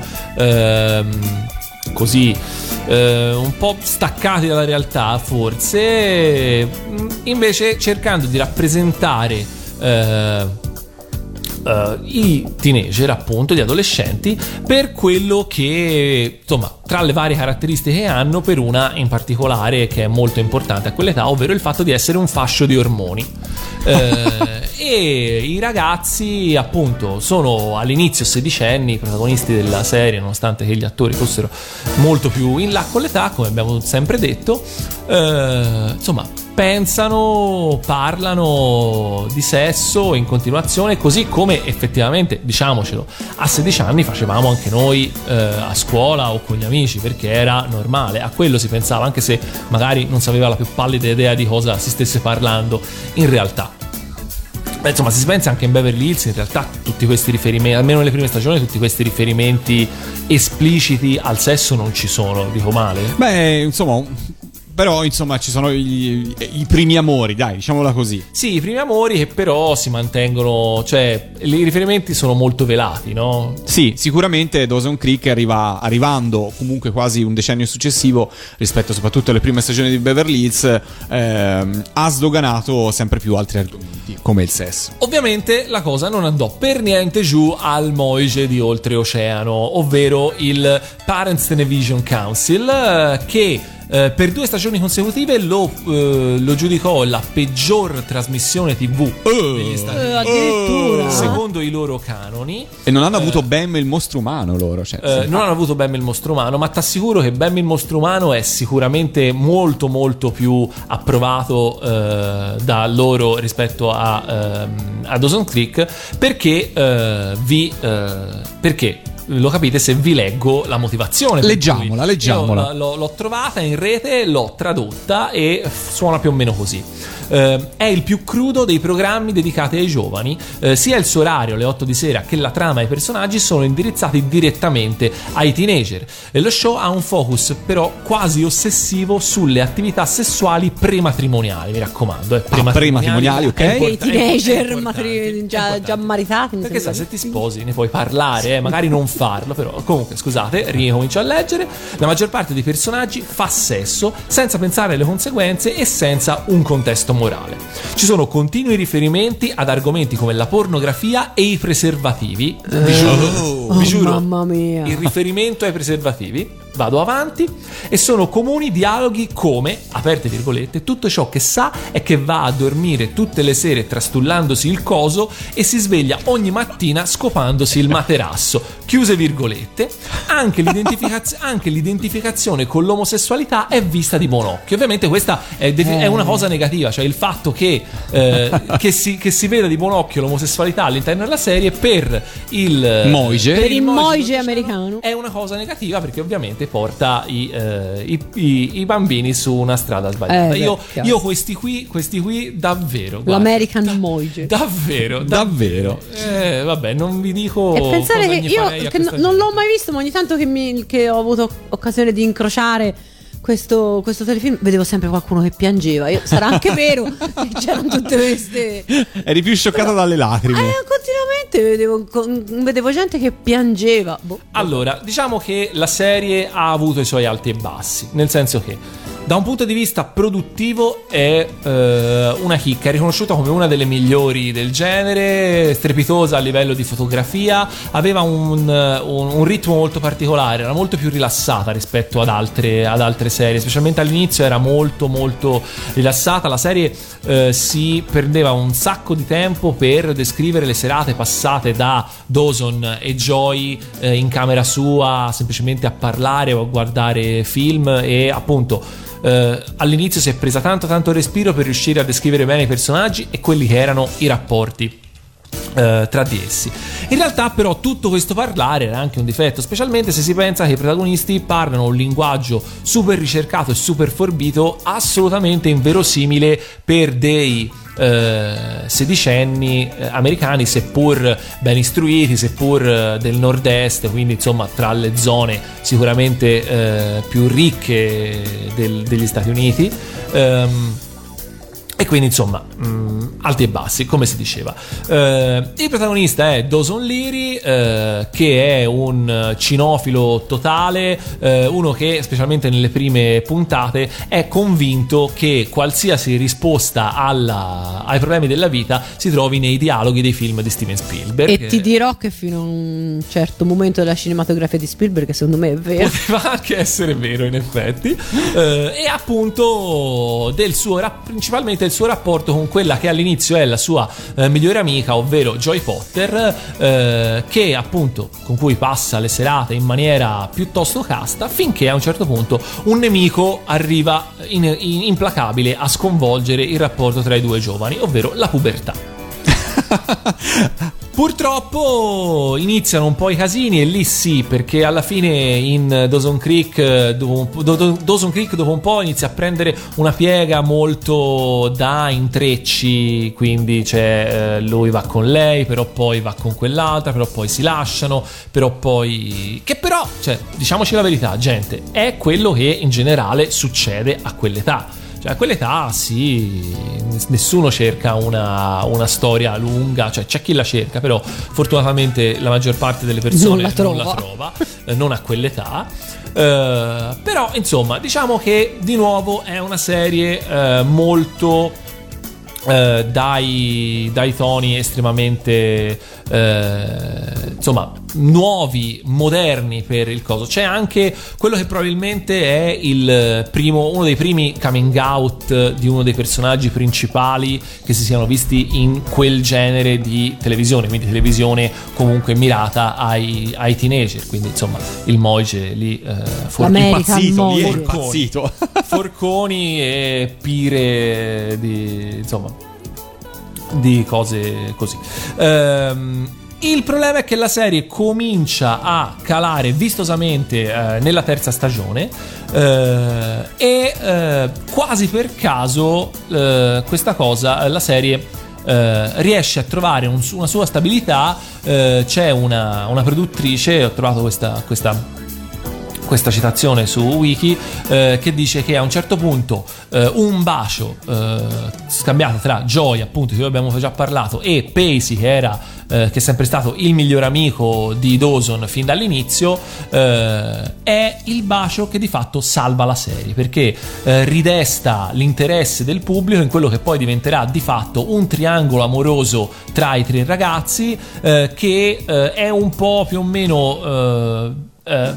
ehm, così eh, un po' staccati dalla realtà forse, invece cercando di rappresentare eh, Uh, i teenager, appunto, gli adolescenti, per quello che, insomma, tra le varie caratteristiche che hanno, per una in particolare che è molto importante a quell'età, ovvero il fatto di essere un fascio di ormoni. uh, e i ragazzi, appunto, sono all'inizio sedicenni, i protagonisti della serie, nonostante che gli attori fossero molto più in là con l'età, come abbiamo sempre detto. Uh, insomma, pensano, parlano di sesso in continuazione, così come effettivamente, diciamocelo, a sedici anni facevamo anche noi eh, a scuola o con gli amici, perché era normale, a quello si pensava, anche se magari non si aveva la più pallida idea di cosa si stesse parlando in realtà. Beh, insomma, si pensa anche in Beverly Hills, in realtà tutti questi riferimenti, almeno nelle prime stagioni, tutti questi riferimenti espliciti al sesso non ci sono, dico male? Beh, insomma, però insomma ci sono i, i primi amori, dai, diciamola così. Sì, i primi amori che però si mantengono, cioè i riferimenti sono molto velati, no? Sì, sicuramente Dawson Creek arriva, arrivando comunque quasi un decennio successivo rispetto soprattutto alle prime stagioni di Beverly Hills, ehm, ha sdoganato sempre più altri argomenti come il sesso. Ovviamente la cosa non andò per niente giù al Moige di oltreoceano, ovvero il Parents Television Council, eh, che Uh, per due stagioni consecutive lo, uh, lo giudicò la peggior trasmissione tivù degli Stati Uniti, Eh, addirittura. secondo i loro canoni. E non hanno avuto Bam il mostro umano loro, cioè, Uh, sì. non hanno avuto Bam il mostro umano, ma ti assicuro che Bam il mostro umano è sicuramente molto molto più approvato uh, da loro rispetto a, uh, a Dawson Creek, perché uh, vi uh, perché lo capite se vi leggo la motivazione. per Leggiamola, cui leggiamola. io l'ho, l'ho trovata in rete, l'ho tradotta e suona più o meno così. Eh, è il più crudo dei programmi dedicati ai giovani. Eh, sia il suo orario, le otto di sera, che la trama e i personaggi sono indirizzati direttamente ai teenager. E lo show ha un focus però quasi ossessivo sulle attività sessuali prematrimoniali, mi raccomando. Eh, Ah, prematrimoniali, ok. È import- I teenager è importante, matri- è già, importante. già maritati, mi Perché sai, sembra. se ti sposi ne puoi parlare, eh, magari non farlo, però comunque scusate, ricomincio a leggere. La maggior parte dei personaggi fa sesso senza pensare alle conseguenze e senza un contesto morale. Ci sono continui riferimenti ad argomenti come la pornografia e i preservativi. Vi giuro, vi giuro, Oh, mamma mia. il riferimento ai preservativi. Vado avanti. E sono comuni dialoghi come, aperte virgolette, tutto ciò che sa è che va a dormire tutte le sere trastullandosi il coso e si sveglia ogni mattina scopandosi il materasso, chiuse virgolette. Anche, l'identificaz- anche l'identificazione con l'omosessualità è vista di buon occhio. Ovviamente questa è, defi- è una cosa negativa, cioè il fatto che, eh, che, si, che si veda di buon occhio l'omosessualità all'interno della serie per il Moige. Per il Moige diciamo, americano. è una cosa negativa, perché ovviamente porta i, eh, i, i, i bambini su una strada sbagliata. Eh, io, chiaro. io questi qui questi qui davvero guarda, L'American Moige. davvero Davvero. eh, vabbè, non vi dico E pensare cosa che gli io farei a che questa no- non gente. l'ho mai visto, ma ogni tanto che, mi, che ho avuto occasione di incrociare questo, questo telefilm, vedevo sempre qualcuno che piangeva. Io, sarà anche vero che c'erano tutte queste. Eri più scioccata dalle lacrime. Eh, continuamente vedevo, con- vedevo gente che piangeva. Boh. Allora, diciamo che la serie ha avuto i suoi alti e bassi, nel senso che da un punto di vista produttivo è eh, una chicca, è riconosciuta come una delle migliori del genere, strepitosa a livello di fotografia, aveva un, un, un ritmo molto particolare, era molto più rilassata rispetto ad altre, ad altre serie, specialmente all'inizio era molto molto rilassata. La serie eh, si perdeva un sacco di tempo per descrivere le serate passate da Dawson e Joy eh, in camera sua, semplicemente a parlare o a guardare film, e appunto Uh, all'inizio si è presa tanto tanto respiro per riuscire a descrivere bene i personaggi e quelli che erano i rapporti uh, tra di essi. In realtà però tutto questo parlare era anche un difetto, specialmente se si pensa che i protagonisti parlano un linguaggio super ricercato e super forbito, assolutamente inverosimile per dei Uh, sedicenni uh, americani, seppur ben istruiti, seppur uh, del nord-est, quindi insomma tra le zone sicuramente uh, più ricche del, degli Stati Uniti. Um, E quindi insomma mh, alti e bassi, come si diceva. Eh, il protagonista è Dawson Leary, eh, che è un cinofilo totale, eh, uno che specialmente nelle prime puntate è convinto che qualsiasi risposta alla, ai problemi della vita si trovi nei dialoghi dei film di Steven Spielberg. E ti dirò che fino a un certo momento della cinematografia di Spielberg, che secondo me è vero, Poteva anche essere vero, in effetti. Eh, e appunto del suo rap- principalmente il suo rapporto con quella che all'inizio è la sua eh, migliore amica, ovvero Joy Potter, eh, che appunto con cui passa le serate in maniera piuttosto casta, finché a un certo punto un nemico arriva in, in, implacabile a sconvolgere il rapporto tra i due giovani, ovvero la pubertà. Purtroppo iniziano un po' i casini, e lì sì, perché alla fine in Dawson Creek dopo un, Do- Dawson Creek dopo un po' inizia a prendere una piega molto da intrecci, quindi c'è eh, lui va con lei, però poi va con quell'altra, però poi si lasciano, però poi che però, cioè, diciamoci la verità, gente, è quello che in generale succede a quell'età. Cioè a quell'età sì, nessuno cerca una, una storia lunga, cioè c'è chi la cerca, però fortunatamente la maggior parte delle persone Non la trova. non, la trova, eh, non a quell'età. Eh, però insomma, diciamo che di nuovo è una serie eh, molto eh, dai, dai toni estremamente eh, insomma nuovi, moderni per il coso. C'è anche quello che probabilmente è il primo, uno dei primi coming out di uno dei personaggi principali che si siano visti in quel genere di televisione, quindi televisione comunque mirata ai, ai teenager, quindi insomma il Moige lì eh, for- L'American Impazzito, lì è Moige. impazzito. forconi e pire di insomma di cose così. Ehm Il problema è che la serie comincia a calare vistosamente eh, nella terza stagione eh, e eh, quasi per caso eh, questa cosa, la serie eh, riesce a trovare un, una sua stabilità. Eh, c'è una, una produttrice, ho trovato questa, questa questa citazione su Wiki eh, che dice che a un certo punto eh, un bacio eh, scambiato tra Joy, appunto, di cui abbiamo già parlato, e Pacey, che era eh, che è sempre stato il miglior amico di Dawson fin dall'inizio, eh, è il bacio che di fatto salva la serie, perché eh, ridesta l'interesse del pubblico in quello che poi diventerà di fatto un triangolo amoroso tra i tre ragazzi, eh, che eh, è un po' più o meno eh, eh,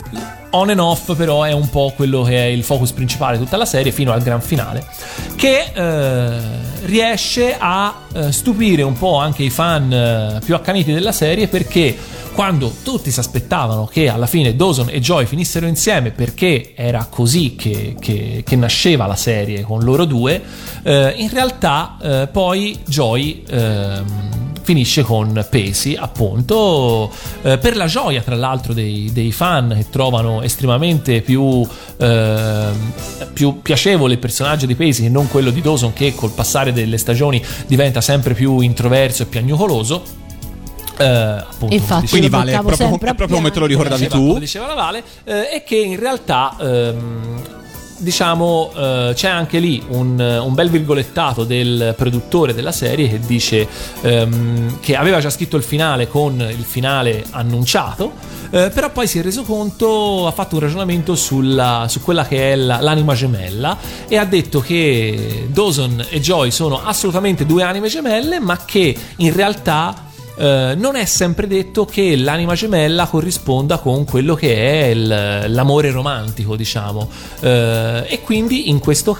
on and off, però è un po' quello che è il focus principale di tutta la serie fino al gran finale, che eh, riesce a eh, stupire un po' anche i fan eh, più accaniti della serie, perché quando tutti si aspettavano che alla fine Dawson e Joy finissero insieme, perché era così che, che, che nasceva la serie con loro due, eh, in realtà eh, poi Joy ehm, finisce con Pacey, appunto, eh, per la gioia tra l'altro dei, dei fan, che trovano estremamente più, eh, più piacevole il personaggio di Pacey che non quello di Dawson, che col passare delle stagioni diventa sempre più introverso e piagnucoloso. Uh, appunto, infatti, quindi lo Vale, è portavo proprio, sempre è a proprio come te lo ricordavi diceva, tu. come diceva la Vale, eh, è che in realtà ehm, diciamo eh, c'è anche lì un, un bel virgolettato del produttore della serie che dice ehm, che aveva già scritto il finale con il finale annunciato, eh, però poi si è reso conto, ha fatto un ragionamento sulla, su quella che è la, l'anima gemella, e ha detto che Dawson e Joy sono assolutamente due anime gemelle, ma che in realtà Uh, non è sempre detto che l'anima gemella corrisponda con quello che è il, l'amore romantico, diciamo, uh, e quindi in questo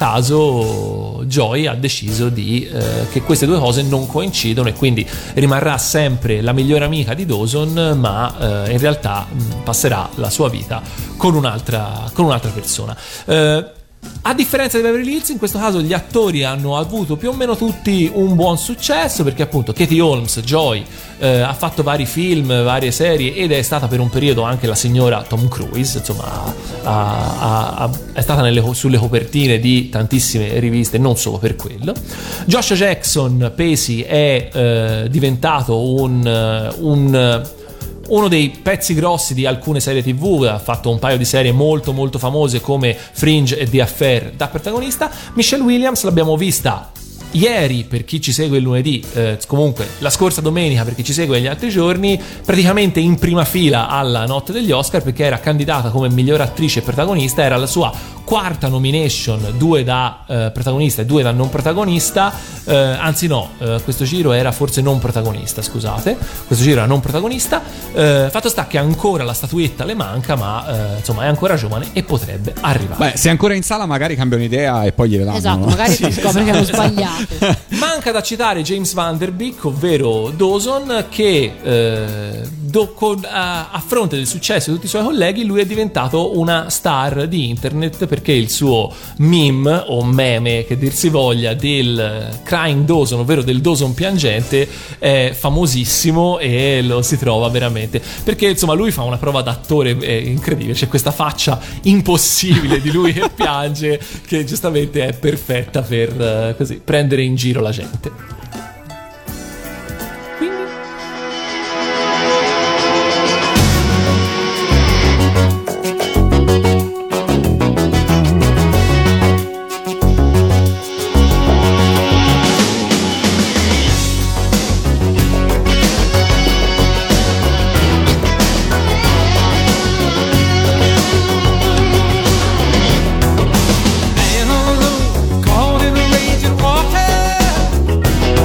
caso Joy ha deciso di, uh, che queste due cose non coincidono, e quindi rimarrà sempre la migliore amica di Dawson, ma uh, in realtà mh, passerà la sua vita con un'altra, con un'altra persona. Uh, A differenza di Beverly Hills, in questo caso gli attori hanno avuto più o meno tutti un buon successo, perché appunto Katie Holmes, Joy, eh, ha fatto vari film, varie serie, ed è stata per un periodo anche la signora Tom Cruise, insomma ha, ha, ha, è stata nelle, sulle copertine di tantissime riviste, non solo per quello. Josh Jackson, Pacey, è eh, diventato un... un uno dei pezzi grossi di alcune serie tv, ha fatto un paio di serie molto molto famose come Fringe e The Affair da protagonista. Michelle Williams l'abbiamo vista ieri per chi ci segue il lunedì, eh, comunque la scorsa domenica per chi ci segue gli altri giorni, praticamente in prima fila alla notte degli Oscar, perché era candidata come miglior attrice e protagonista, era la sua quarta nomination, due da eh, protagonista e due da non protagonista, eh, anzi no, eh, questo giro era forse non protagonista, scusate, questo giro era non protagonista, eh, fatto sta che ancora la statuetta le manca, ma eh, insomma è ancora giovane e potrebbe arrivare. Beh, se è ancora in sala magari cambiano idea e poi gliele danno. Esatto, no? magari Sì, si scopre esatto. che hanno sbagliato. Manca da citare James Van Der Beek, ovvero Dawson, che eh, do, con, a, a fronte del successo di tutti i suoi colleghi, lui è diventato una star di internet, perché il suo meme o meme, che dir si voglia, del Crying Dawson, ovvero del Dawson piangente, è famosissimo e lo si trova veramente, perché insomma lui fa una prova d'attore incredibile, c'è questa faccia impossibile di lui che piange, che giustamente è perfetta per uh, così prendere in giro la gente. Man on the low, caught in the raging water.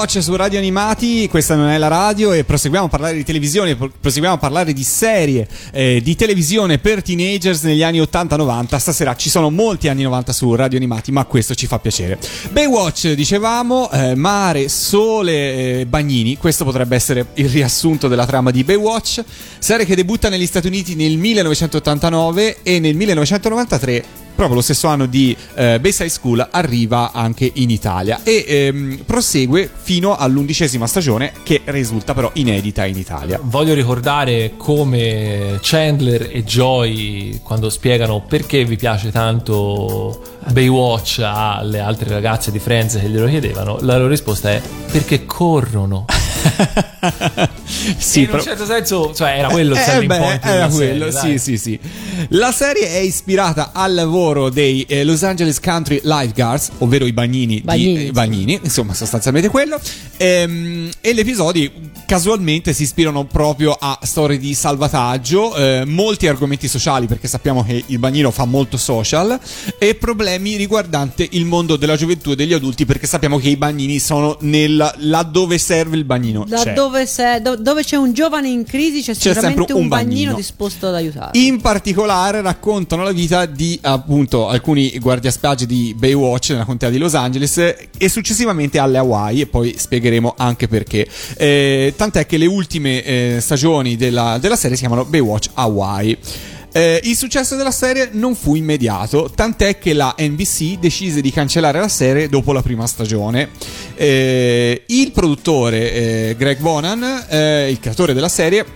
Baywatch su Radio Animati, questa non è la radio e proseguiamo a parlare di televisione, proseguiamo a parlare di serie eh, di televisione per teenagers negli anni ottanta novanta. Stasera ci sono molti anni novanta su Radio Animati, ma questo ci fa piacere. Baywatch, dicevamo, eh, mare, sole, eh, bagnini, questo potrebbe essere il riassunto della trama di Baywatch, serie che debutta negli Stati Uniti nel millenovecentottantanove e nel millenovecentonovantatré, proprio lo stesso anno di eh, Bayside School, arriva anche in Italia e ehm, prosegue fino all'undicesima stagione, che risulta però inedita in Italia. Voglio ricordare come Chandler e Joy, quando spiegano perché vi piace tanto Baywatch alle altre ragazze di Friends che glielo chiedevano, la loro risposta è perché corrono. Sì, in però... un certo senso, cioè, era quello il eh, selling beh, point era della quello, serie, sì, dai. sì, sì. La serie è ispirata al lavoro dei eh, Los Angeles Country Lifeguards, ovvero i bagnini, Bagnini, di, eh, sì. bagnini, insomma, sostanzialmente quello. Ehm, e gli episodi casualmente si ispirano proprio a storie di salvataggio, eh, molti argomenti sociali, perché sappiamo che il bagnino fa molto social, e problemi riguardanti il mondo della gioventù e degli adulti, perché sappiamo che i bagnini sono nel laddove serve il bagnino. Da c'è. dove, se- do- dove c'è un giovane in crisi c'è, C'è sicuramente sempre un un bagnino, bagnino disposto ad aiutare. In particolare raccontano la vita di appunto alcuni guardiaspiagge di Baywatch nella contea di Los Angeles e successivamente alle Hawaii, e poi spiegheremo anche perché. Eh, tant'è che le ultime eh, stagioni della, della serie si chiamano Baywatch Hawaii. Eh, il successo della serie non fu immediato, tant'è che la N B C decise di cancellare la serie dopo la prima stagione. Eh, il produttore eh, Greg Bonan, eh, il creatore della serie,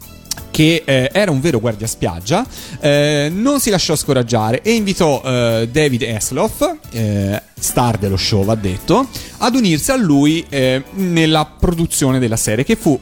che eh, era un vero guardiaspiaggia, eh, non si lasciò scoraggiare e invitò eh, David Hasselhoff, eh, star dello show va detto, ad unirsi a lui eh, nella produzione della serie, che fu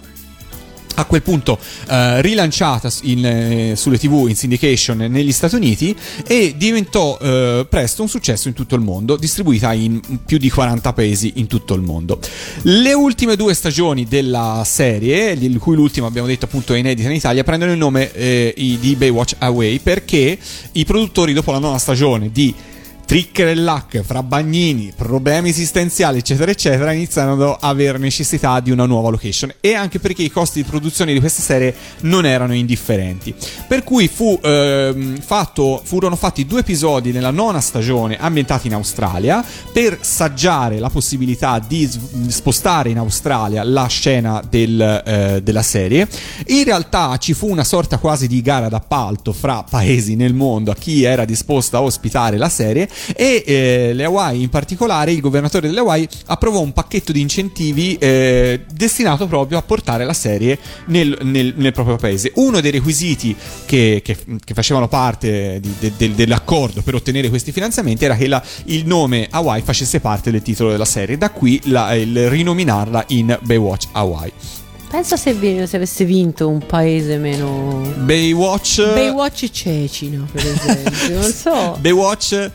a quel punto eh, rilanciata in, eh, sulle tivù in syndication negli Stati Uniti e diventò eh, presto un successo in tutto il mondo, distribuita in più di quaranta paesi in tutto il mondo. Le ultime due stagioni della serie, di cui l'ultima abbiamo detto appunto è inedita in Italia, prendono il nome eh, di Baywatch Hawaii, perché i produttori dopo la nona stagione di Tricker e Luck, fra bagnini, problemi esistenziali eccetera eccetera, iniziano ad avere necessità di una nuova location, e anche perché i costi di produzione di questa serie non erano indifferenti, per cui fu ehm, fatto, furono fatti due episodi nella nona stagione ambientati in Australia per saggiare la possibilità di spostare in Australia la scena del, eh, della serie. In realtà ci fu una sorta quasi di gara d'appalto fra paesi nel mondo a chi era disposto a ospitare la serie, e eh, le Hawaii, in particolare il governatore delle Hawaii, approvò un pacchetto di incentivi eh, destinato proprio a portare la serie nel, nel, nel proprio paese. Uno dei requisiti che, che, che facevano parte di, de, de, dell'accordo per ottenere questi finanziamenti era che la, il nome Hawaii facesse parte del titolo della serie, da qui la, il rinominarla in Baywatch Hawaii. Pensa se, vi- se avesse vinto un paese meno... Baywatch Baywatch Cecina, per esempio, non so. Baywatch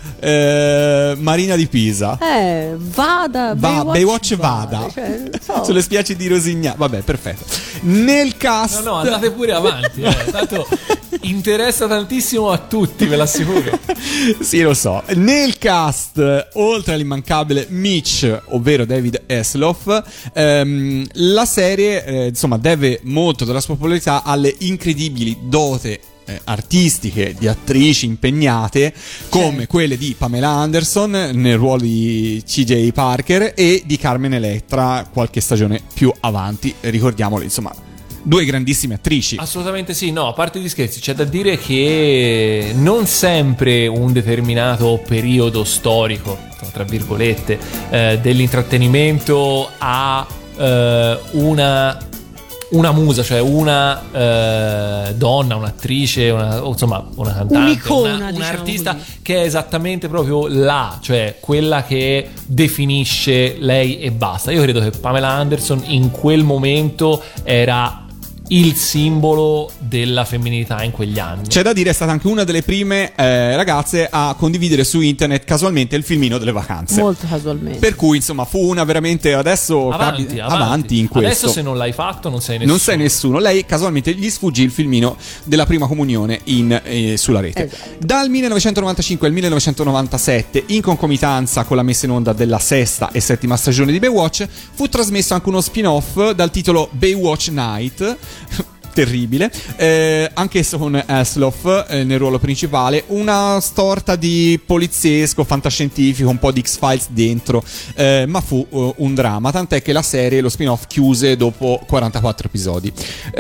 eh, Marina di Pisa. Eh, Vada, Va, Baywatch, Baywatch Vada, cioè, non so. sulle spiagge di Rosignano. Vabbè, perfetto. Nel cast, No, no, andate pure avanti, eh. Tanto interessa tantissimo a tutti, ve l'assicuro. sì, lo so. Nel cast, oltre all'immancabile Mitch, ovvero David Hasselhoff, ehm, la serie eh, insomma deve molto della sua popolarità alle incredibili dote Eh, artistiche di attrici impegnate come quelle di Pamela Anderson nel ruolo di C J Parker e di Carmen Electra qualche stagione più avanti, ricordiamole, insomma due grandissime attrici. Assolutamente sì, no, a parte gli scherzi, c'è da dire che non sempre un determinato periodo storico, tra virgolette, eh, dell'intrattenimento ha eh, una una musa, cioè una eh, donna, un'attrice, una, o insomma una cantante, Un'icona, una, diciamo un'artista così, che è esattamente proprio là, cioè quella che definisce lei e basta. Io credo che Pamela Anderson in quel momento era il simbolo della femminilità in quegli anni. C'è da dire, è stata anche una delle prime eh, ragazze a condividere su internet casualmente il filmino delle vacanze. Molto casualmente. Per cui, insomma, fu una veramente adesso Avanti, capi- avanti. avanti in questo. Adesso se non l'hai fatto non sei nessuno. Non sei nessuno. Lei casualmente gli sfuggì il filmino della prima comunione in, eh, sulla rete. Esatto. Dal millenovecentonovantacinque al millenovecentonovantasette, in concomitanza con la messa in onda della sesta e settima stagione di Baywatch, fu trasmesso anche uno spin-off dal titolo Baywatch Night. Terribile, eh, anch'esso con Hasselhoff eh, nel ruolo principale, una storta di poliziesco, fantascientifico, un po' di X-Files dentro, eh, ma fu uh, un dramma, tant'è che la serie, lo spin-off, chiuse dopo quarantaquattro episodi.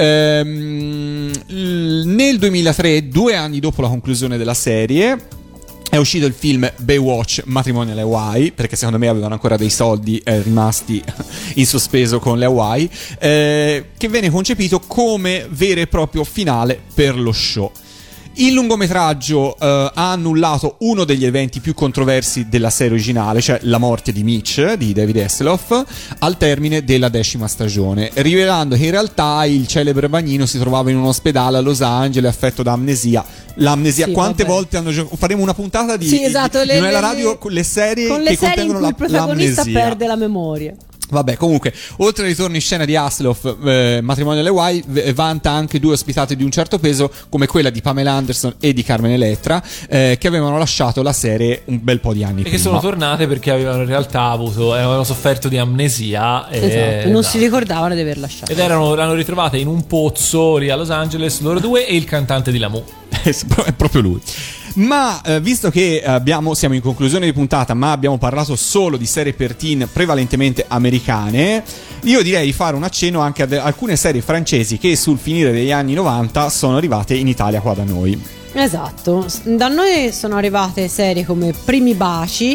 Ehm, l- nel duemilatré, due anni dopo la conclusione della serie, è uscito il film Baywatch Matrimonio alle Hawaii, perché secondo me avevano ancora dei soldi eh, rimasti in sospeso con le Hawaii, eh, che venne concepito come vero e proprio finale per lo show. Il lungometraggio eh, ha annullato uno degli eventi più controversi della serie originale, cioè la morte di Mitch, di David Hasselhoff, al termine della decima stagione, rivelando che in realtà il celebre bagnino si trovava in un ospedale a Los Angeles affetto da amnesia. L'amnesia, Sì, quante vabbè. volte hanno giocato? Faremo una puntata di, Sì, esatto, di le- non è la le- radio, le serie con le che serie in contengono cui il la, protagonista l'amnesia. perde la memoria. Vabbè, comunque, oltre al ritorno in scena di Hasselhoff, eh, Matrimonio alle Hawaii v- vanta anche due ospitate di un certo peso, come quella di Pamela Anderson e di Carmen Electra, eh, che avevano lasciato la serie un bel po' di anni E prima. che sono tornate perché avevano in realtà avuto, avevano sofferto di amnesia. E, Esatto, non si esatto. ricordavano di aver lasciato. Ed erano, l'hanno ritrovata in un pozzo lì a Los Angeles, loro due e il cantante di Lamu. È proprio lui. Ma eh, visto che abbiamo, siamo in conclusione di puntata, ma abbiamo parlato solo di serie per teen prevalentemente americane, io direi di fare un accenno anche ad alcune serie francesi che sul finire degli anni novanta sono arrivate in Italia qua da noi. Esatto, da noi sono arrivate serie come Primi Baci,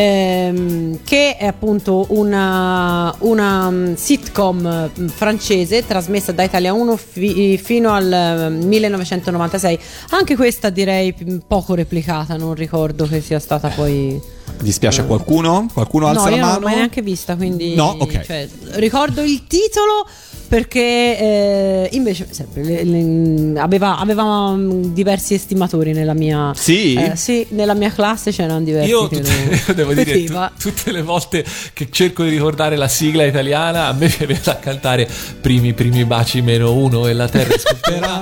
ehm, che è appunto una, una um, sitcom mm, francese trasmessa da Italia uno fi- fino al mm, millenovecentonovantasei. Anche questa direi mm, poco replicata, non ricordo che sia stata poi... Dispiace a qualcuno? Qualcuno alza no, la io mano? non l'ho mai neanche vista, quindi No, ok. cioè, ricordo il titolo perché eh, invece sempre le- le- aveva, aveva mm, diversi estimatori nella mia Sì? eh, sì, nella mia classe c'erano diversi Io, che tutte- lo io devo dire, tu- vedeva. tutte le volte che cerco di ricordare la sigla italiana, a me viene da cantare primi, primi baci meno uno e la terra scoprirà.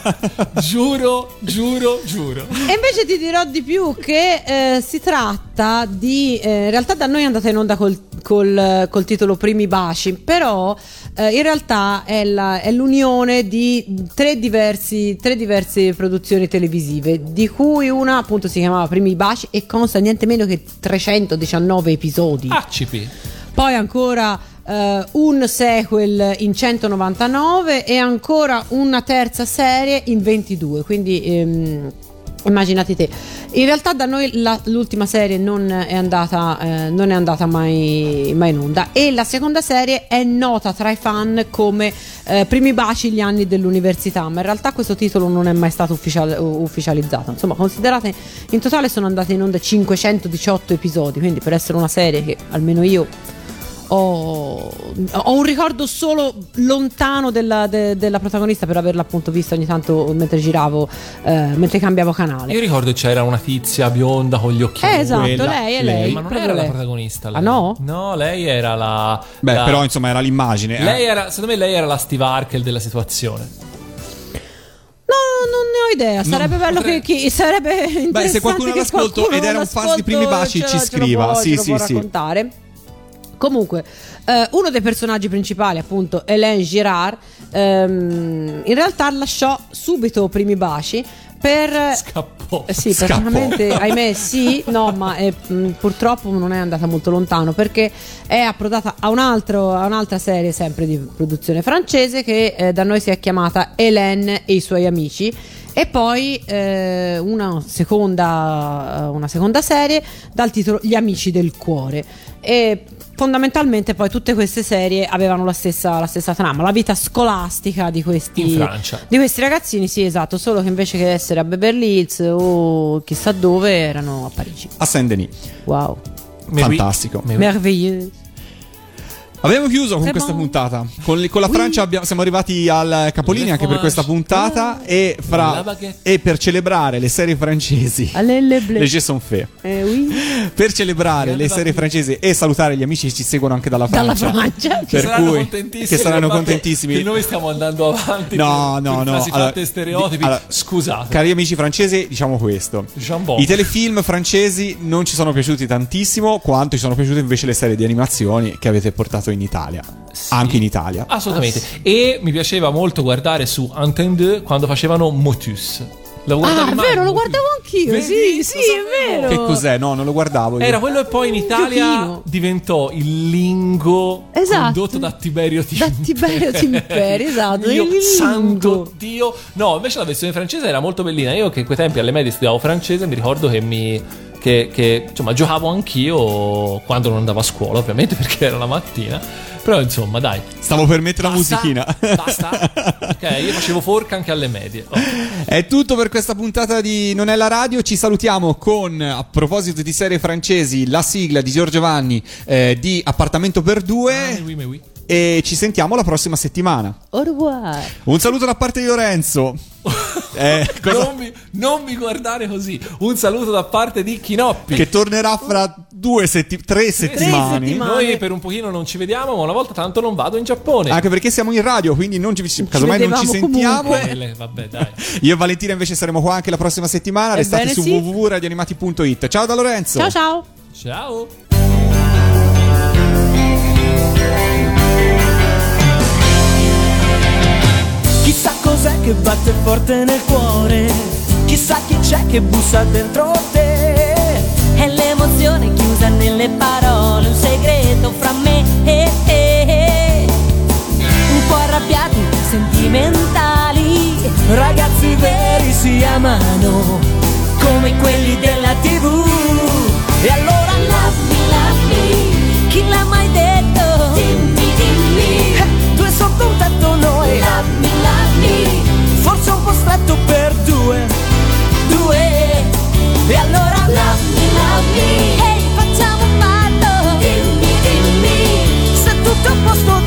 Giuro, giuro, giuro. E invece ti dirò di più che eh, si tratta di eh, in realtà da noi è andata in onda col, col, col titolo Primi Baci, però eh, in realtà è, la- è l'unione di tre diversi tre diverse produzioni televisive, di cui una appunto si chiamava Primi Baci e consta niente meno che trecentodiciannove episodi. Accipi. Poi ancora eh, un sequel in centonovantanove e ancora una terza serie in ventidue, quindi ehm, immaginati te. In realtà da noi la- l'ultima serie non è andata eh, non è andata mai, mai in onda, e la seconda serie è nota tra i fan come eh, Primi Baci, gli anni dell'università, ma in realtà questo titolo non è mai stato ufficial- ufficializzato. Insomma, considerate, in totale sono andate in onda cinquecentodiciotto episodi, quindi per essere una serie che almeno io ho, ho un ricordo solo lontano della, de- della protagonista, per averla appunto vista ogni tanto mentre giravo, eh, mentre cambiavo canale. Io ricordo che c'era una tizia bionda con gli occhiali. Eh, esatto, quella, lei è lei. lei. Ma non proprio era la lei. protagonista. Ah, lei. no? No, lei era la. Beh, la- però insomma era l'immagine. eh. Lei era, secondo me, lei era la Steve Harkel della situazione. No, non ne ho idea. Sarebbe bello potrei- che chi sarebbe interessante. Beh, se qualcuno che all'ascolto qualcuno ed era un fan di Primi all'ascolto Baci, ce ci lo- ce lo scriva. può- Sì, ce lo sì, può sì. raccontare. Comunque, eh, uno dei personaggi principali, appunto Hélène Girard, ehm, in realtà lasciò subito Primi Baci per Scappò. Eh sì, Scappò. praticamente, ahimè, sì, no, ma eh, mh, purtroppo non è andata molto lontano, perché è approdata a, un altro, a un'altra serie sempre di produzione francese che eh, da noi si è chiamata Hélène e i suoi amici, e poi eh, una, seconda, una seconda serie dal titolo Gli amici del cuore. E fondamentalmente poi tutte queste serie avevano la stessa, la stessa trama, la vita scolastica di questi, In Francia. di questi ragazzini, sì, esatto, solo che invece che essere a Beverly Hills o chissà dove erano a Parigi. A Saint-Denis. Wow, Mais oui. Fantastico. Mais oui. merveilleux. Abbiamo chiuso con C'est questa bon. puntata. Con, con la Oui. Francia abbiamo- siamo arrivati al capolinea Le anche per fromage. questa puntata. E, fra- La baguette. e per celebrare le serie francesi, Allez, le blé. le Jeux sont faits. Eh oui. Per celebrare le serie francesi e salutare gli amici che ci seguono anche dalla Dalla Francia. Francia. Che Per saranno cui contentissimi che saranno del fatto contentissimi. che noi stiamo andando avanti No, per, no, per no. frasi Allora, fatte e stereotipi. di- allora, Scusate. Cari amici francesi, diciamo questo. Jambon. I telefilm francesi non ci sono piaciuti tantissimo quanto ci sono piaciute invece le serie di animazioni che avete portato in Italia. Anche in Italia. Assolutamente. E mi piaceva molto guardare su Antenne due quando facevano Motus. Lo Ah, guardavi è mai, vero, lo Motus? guardavo anch'io. Vedi? Sì, sì, Lo è sapevo. vero. Che cos'è? No, non lo guardavo io. Era quello e poi in Italia giochino. diventò il lingo Esatto. condotto da Tiberio Timperi. Da Tiberio Timperi, esatto, Io, il lingo. santo Dio. No, invece la versione francese era molto bellina. Io che a quei tempi alle medie studiavo francese, mi ricordo che mi... Che, che insomma giocavo anch'io quando non andavo a scuola, ovviamente, perché era la mattina. Però insomma, dai. Stavo per mettere la Basta, musichina. Basta. Ok, io facevo forca anche alle medie. Oh. È tutto per questa puntata di Non è la radio. Ci salutiamo con, a proposito di serie francesi, la sigla di Giorgio Vanni eh, di Appartamento per due. Ah, oui, mais oui. E ci sentiamo la prossima settimana. Au revoir. Un saluto da parte di Lorenzo. Eh, cosa- Non, mi, non mi guardare così. Un saluto da parte di Chinoppi. Che tornerà fra due setti- tre settimane. settimane. Noi per un pochino non ci vediamo, ma una volta tanto non vado in Giappone. Anche perché siamo in radio, quindi non ci, casomai non ci vedevamo sentiamo. comunque. Eh, Vabbè, dai. Io e Valentina invece saremo qua anche la prossima settimana. Restate Ebbene su sì. w w w punto radioanimati punto it. Ciao da Lorenzo. Ciao ciao. Ciao. Chissà cos'è che batte forte nel cuore, chissà chi c'è che bussa dentro te. È l'emozione chiusa nelle parole, un segreto fra me e te. Un po' arrabbiati, sentimentali, Ragazzi veri si amano come quelli della tivù. e allora Love me, love me, chi l'ha mai detto? Dimmi, dimmi, eh, due sotto un tetto noi, love me, love me, forse un po' stretto per due, due. e allora Love me, love me, ehi, facciamo un patto. Dimmi, dimmi, se tutto è a posto